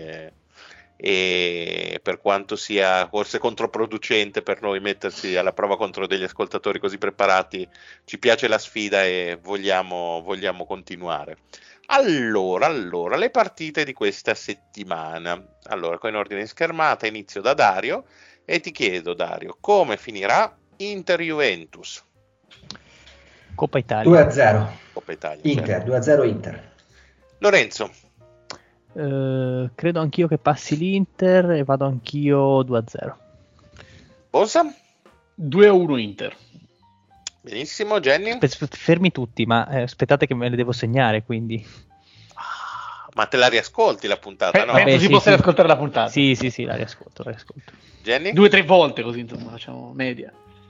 e per quanto sia forse controproducente per noi mettersi alla prova contro degli ascoltatori così preparati, ci piace la sfida e vogliamo continuare. Allora, le partite di questa settimana. Allora, qua in ordine di schermata inizio da Dario e ti chiedo, Dario, come finirà Inter-Juventus? Coppa Italia. 2-0. Coppa Italia. Inter, certo. 2-0 Inter. Lorenzo? Credo anch'io che passi l'Inter e vado anch'io 2-0. Bonsa? 2-1 Inter. Benissimo, Jenny? Fermi tutti, ma aspettate che me le devo segnare, quindi. Ma te la riascolti la puntata, no? Così posso ascoltare la puntata. Sì, la riascolto. Jenny? 2-3 volte, così insomma facciamo media.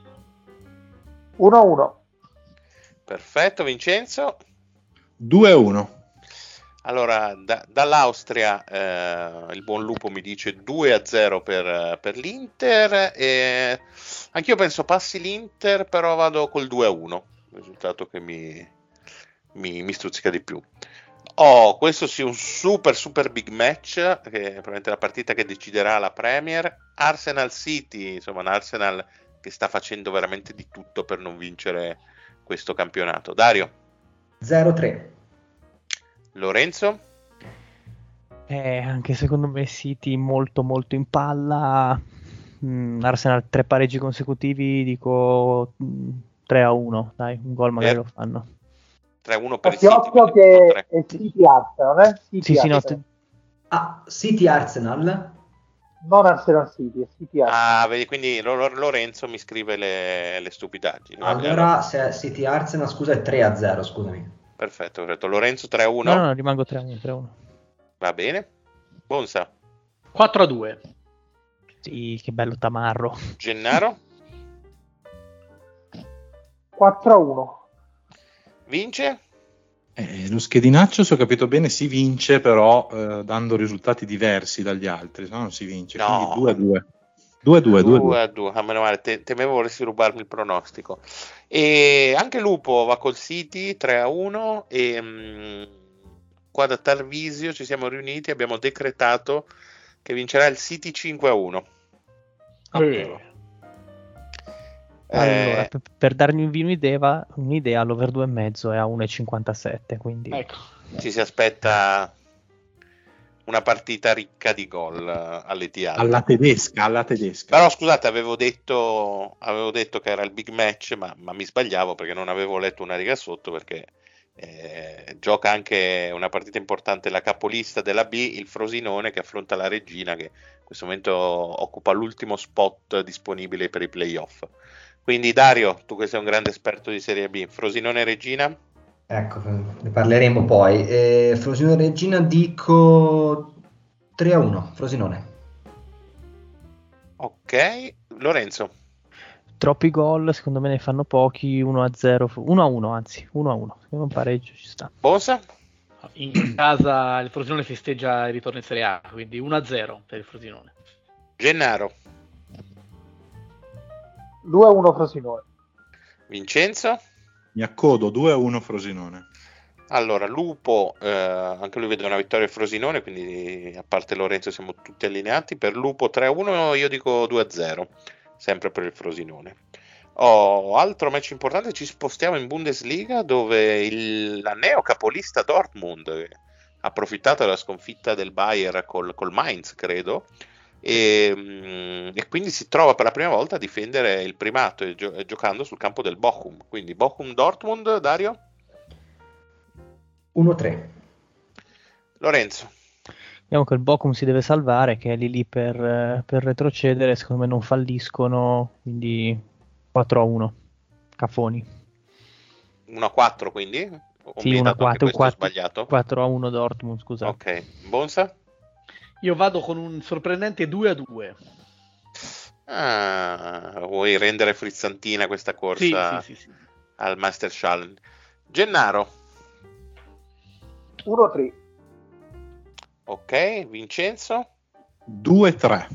1-1. Perfetto, Vincenzo? 2-1. Allora, dall'Austria il buon Lupo mi dice 2-0 per l'Inter. Anch'io penso passi l'Inter, però vado col 2-1, risultato che mi stuzzica di più. Questo sì, un super big match, che è probabilmente la partita che deciderà la Premier. Arsenal City, insomma un Arsenal che sta facendo veramente di tutto per non vincere questo campionato. Dario? 0-3. Lorenzo? Anche secondo me City molto in palla. Arsenal 3 pareggi consecutivi, dico 3-1, dai, un gol magari lo fanno. 3-1 per il City. Occhio che è City Arsenal, Sì, Arsenal. no. City Arsenal? Non Arsenal City, è City Arsenal. Vedi, quindi Lorenzo mi scrive le stupidaggini. Allora, se è City Arsenal, scusa, è 3-0, scusami. Perfetto. Lorenzo 3-1? No, rimango 3-1. Va bene. Bonsa? 4-2. Sì, che bello tamarro. Gennaro? 4-1. Vince? Lo schedinaccio, se ho capito bene, si vince, però dando risultati diversi dagli altri, se no non si vince. No. Quindi 2-2. 2-2. A meno male, temevo volessi rubarmi il pronostico. E anche Lupo va col City 3-1 e qua da Tarvisio ci siamo riuniti e abbiamo decretato che vincerà il City 5-1. Allora, per darmi un'idea, l'over 2,5 è a 1,57, quindi Ecco. Ci si aspetta una partita ricca di gol all'Etihad. Alla tedesca. Però scusate, avevo detto che era il big match, ma mi sbagliavo perché non avevo letto una riga sotto, perché gioca anche una partita importante la capolista della B, il Frosinone, che affronta la Reggina, che in questo momento occupa l'ultimo spot disponibile per i playoff. Quindi Dario, tu che sei un grande esperto di Serie B, Frosinone e Reggina? Ecco, ne parleremo poi. Frosinone e Reggina dico 3-1, Frosinone. Ok, Lorenzo? troppi gol, secondo me ne fanno pochi, 1-0, 1-1 anzi, 1-1, secondo me un pareggio ci sta. Bonsa? In casa il Frosinone festeggia il ritorno in Serie A, quindi 1-0 per il Frosinone. Gennaro? 2-1 Frosinone. Vincenzo? Mi accodo 2-1 Frosinone. Allora, Lupo, anche lui vede una vittoria del Frosinone, quindi a parte Lorenzo siamo tutti allineati. Per Lupo 3-1, io dico 2-0, sempre per il Frosinone. Altro match importante, ci spostiamo in Bundesliga, dove la neo capolista Dortmund ha approfittato della sconfitta del Bayern col Mainz, credo, e quindi si trova per la prima volta a difendere il primato giocando sul campo del Bochum. Quindi Bochum-Dortmund, Dario? 1-3. Lorenzo? Vediamo che il Bochum si deve salvare, che è lì per retrocedere, secondo me non falliscono, quindi 4-1, Cafoni. 1-4 quindi? Sì, 1-4, sbagliato? 4-1 Dortmund, scusa. Ok, Bonsa? Io vado con un sorprendente 2-2. Vuoi rendere frizzantina questa corsa Sì. al Master Challenge? Gennaro? 1-3. Ok, Vincenzo? 2-3.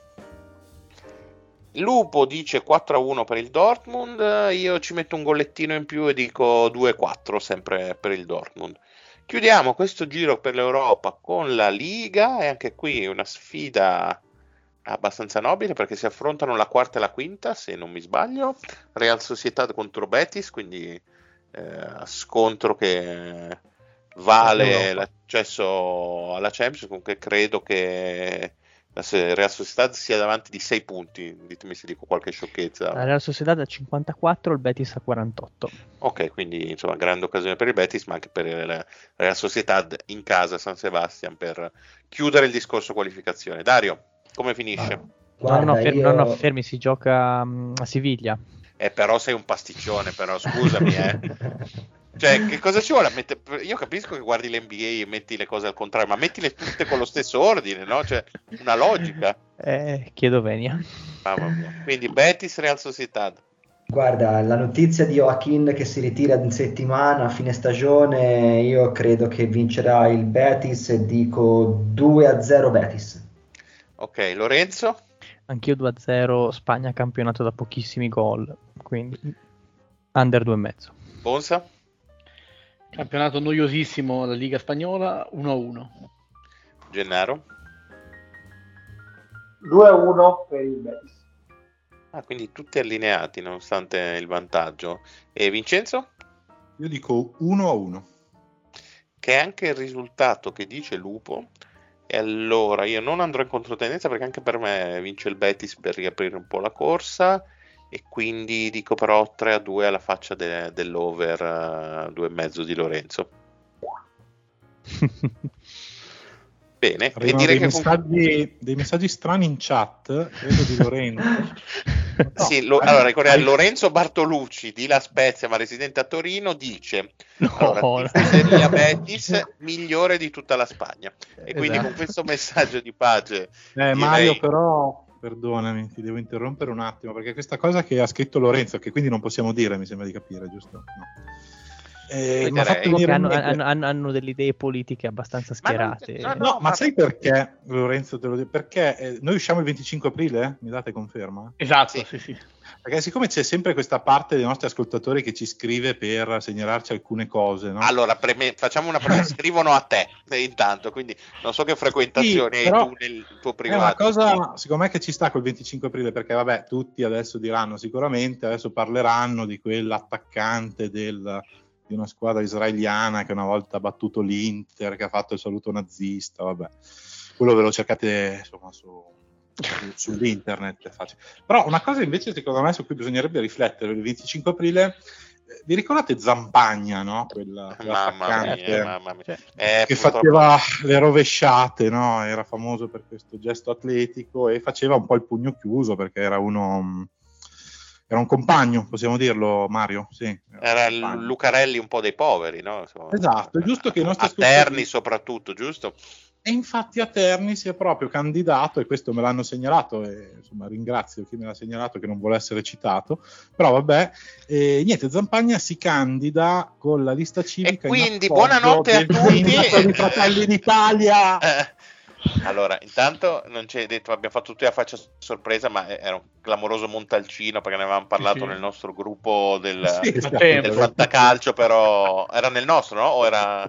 Lupo dice 4-1 per il Dortmund, io ci metto un gollettino in più e dico 2-4 sempre per il Dortmund. Chiudiamo questo giro per l'Europa con la Liga, e anche qui una sfida abbastanza nobile perché si affrontano la quarta e la quinta, se non mi sbaglio, Real Sociedad contro Betis, quindi scontro che vale l'accesso alla Champions. Comunque credo che la Real Sociedad sia davanti di 6 punti, ditemi se dico qualche sciocchezza. La Real Sociedad a 54, il Betis a 48. Ok, quindi insomma grande occasione per il Betis, ma anche per la Real Sociedad in casa a San Sebastian per chiudere il discorso qualificazione. Dario, come finisce? Guarda, no, fermi, si gioca a Siviglia. Però sei un pasticcione, però scusami, Cioè, che cosa ci vuole? Io capisco che guardi l'NBA e metti le cose al contrario, ma mettile tutte con lo stesso ordine, no? Cioè, una logica. Chiedo venia. Mamma mia. Quindi Betis, Real Sociedad. Guarda, la notizia di Joaquin che si ritira in settimana a fine stagione, io credo che vincerà il Betis e dico 2-0 Betis. Ok, Lorenzo? Anch'io 2-0, Spagna campionato da pochissimi gol, quindi under 2,5. Bonsa? Campionato noiosissimo la Liga Spagnola, 1-1. Gennaro? 2-1 per il Betis. Quindi tutti allineati nonostante il vantaggio. E Vincenzo? Io dico 1-1. Che è anche il risultato che dice Lupo. E allora io non andrò in controtendenza perché anche per me vince il Betis per riaprire un po' la corsa, e quindi dico però 3-2 alla faccia dell'over 2,5 di Lorenzo. Bene, e direi che dei messaggi strani in chat, credo di Lorenzo. No, sì, allora ricordiamo Lorenzo Bartolucci di La Spezia ma residente a Torino dice tifoseria Betis migliore di tutta la Spagna, e quindi con questo messaggio di pace direi... Mario, però perdonami, ti devo interrompere un attimo perché questa cosa che ha scritto Lorenzo, che quindi non possiamo dire, mi sembra di capire, giusto? No. Hanno delle idee politiche abbastanza schierate. Ma sai perché, Lorenzo, te lo dico? Perché noi usciamo il 25 aprile? Mi date conferma? Esatto, sì. Perché siccome c'è sempre questa parte dei nostri ascoltatori che ci scrive per segnalarci alcune cose, no? Allora, facciamo una premessa, scrivono a te intanto, quindi non so che frequentazione hai tu nel tuo privato. È una cosa, secondo me, che ci sta col 25 aprile, perché vabbè, tutti adesso diranno sicuramente, adesso parleranno di quell'attaccante di una squadra israeliana che una volta ha battuto l'Inter, che ha fatto il saluto nazista, vabbè, quello ve lo cercate insomma sull'internet, è facile. Però una cosa invece secondo me su cui bisognerebbe riflettere il 25 aprile, vi ricordate Zampagna, no? Quell'attaccante mamma mia. Che faceva le rovesciate, no? Era famoso per questo gesto atletico e faceva un po' il pugno chiuso perché era un compagno, possiamo dirlo, Mario? Sì, era il Lucarelli un po' dei poveri, no? Insomma, esatto, è giusto che i nostri Terni soprattutto, giusto? E infatti a Terni si è proprio candidato, e questo me l'hanno segnalato, e insomma ringrazio chi me l'ha segnalato che non vuole essere citato, però vabbè, niente, Zampagna si candida con la lista civica. E quindi buonanotte a tutti i Fratelli d'Italia. Allora, intanto non c'è detto, abbiamo fatto tutti la faccia sorpresa, ma era un clamoroso Montalcino perché ne avevamo parlato nel nostro gruppo del Fantacalcio, però era nel nostro, no? O era...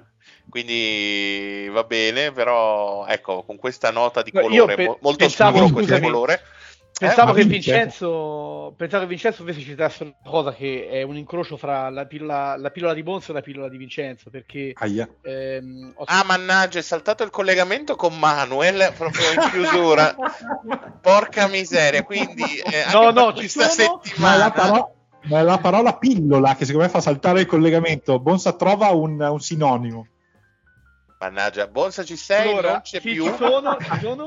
Quindi va bene, però ecco, con questa nota di colore molto scuro questo colore. Pensavo che Vincenzo invece citasse una cosa che è un incrocio fra la pillola di Bonzo e la pillola di Vincenzo, perché mannaggia, è saltato il collegamento con Manuel proprio in chiusura. Porca miseria, quindi questa settimana ma è la parola pillola che secondo me fa saltare il collegamento. Bonsa trova un sinonimo. Mannaggia, Bonsa ci sei? Allora, non c'è più. Ci sono.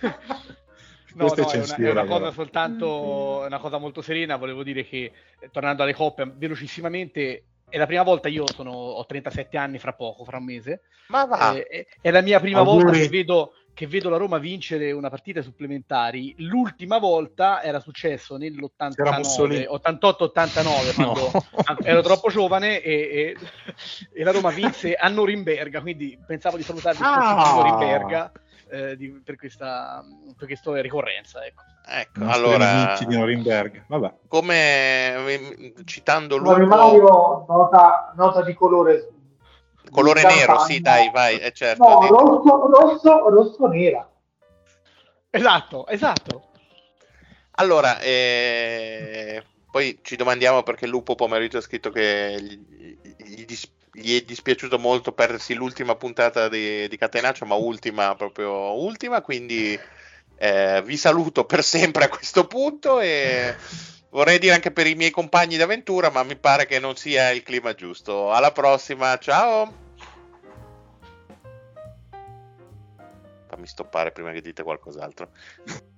No, è una cosa soltanto, una cosa molto serena. Volevo dire che, tornando alle coppe, velocissimamente, è la prima volta, ho 37 anni fra un mese. Ma va! È la mia prima volta che vedo che vedo la Roma vincere una partita ai supplementari. L'ultima volta era successo nell'89, 88-89, quando ero troppo giovane e la Roma vinse a Norimberga, quindi pensavo di salutarvi a Norimberga per questa ricorrenza, ecco. Allora, di Norimberga. Vabbè. Come citando Lupo, Mario, nota di colore nero, sì, dai, vai, certo. No, rosso nera. Esatto. Allora, poi ci domandiamo perché Lupo Pomeriggio ha scritto che gli è dispiaciuto molto perdersi l'ultima puntata di Catenaccio, ma proprio ultima, quindi vi saluto per sempre a questo punto e vorrei dire anche per i miei compagni d'avventura, ma mi pare che non sia il clima giusto. Alla prossima, ciao! Fammi stoppare prima che dite qualcos'altro.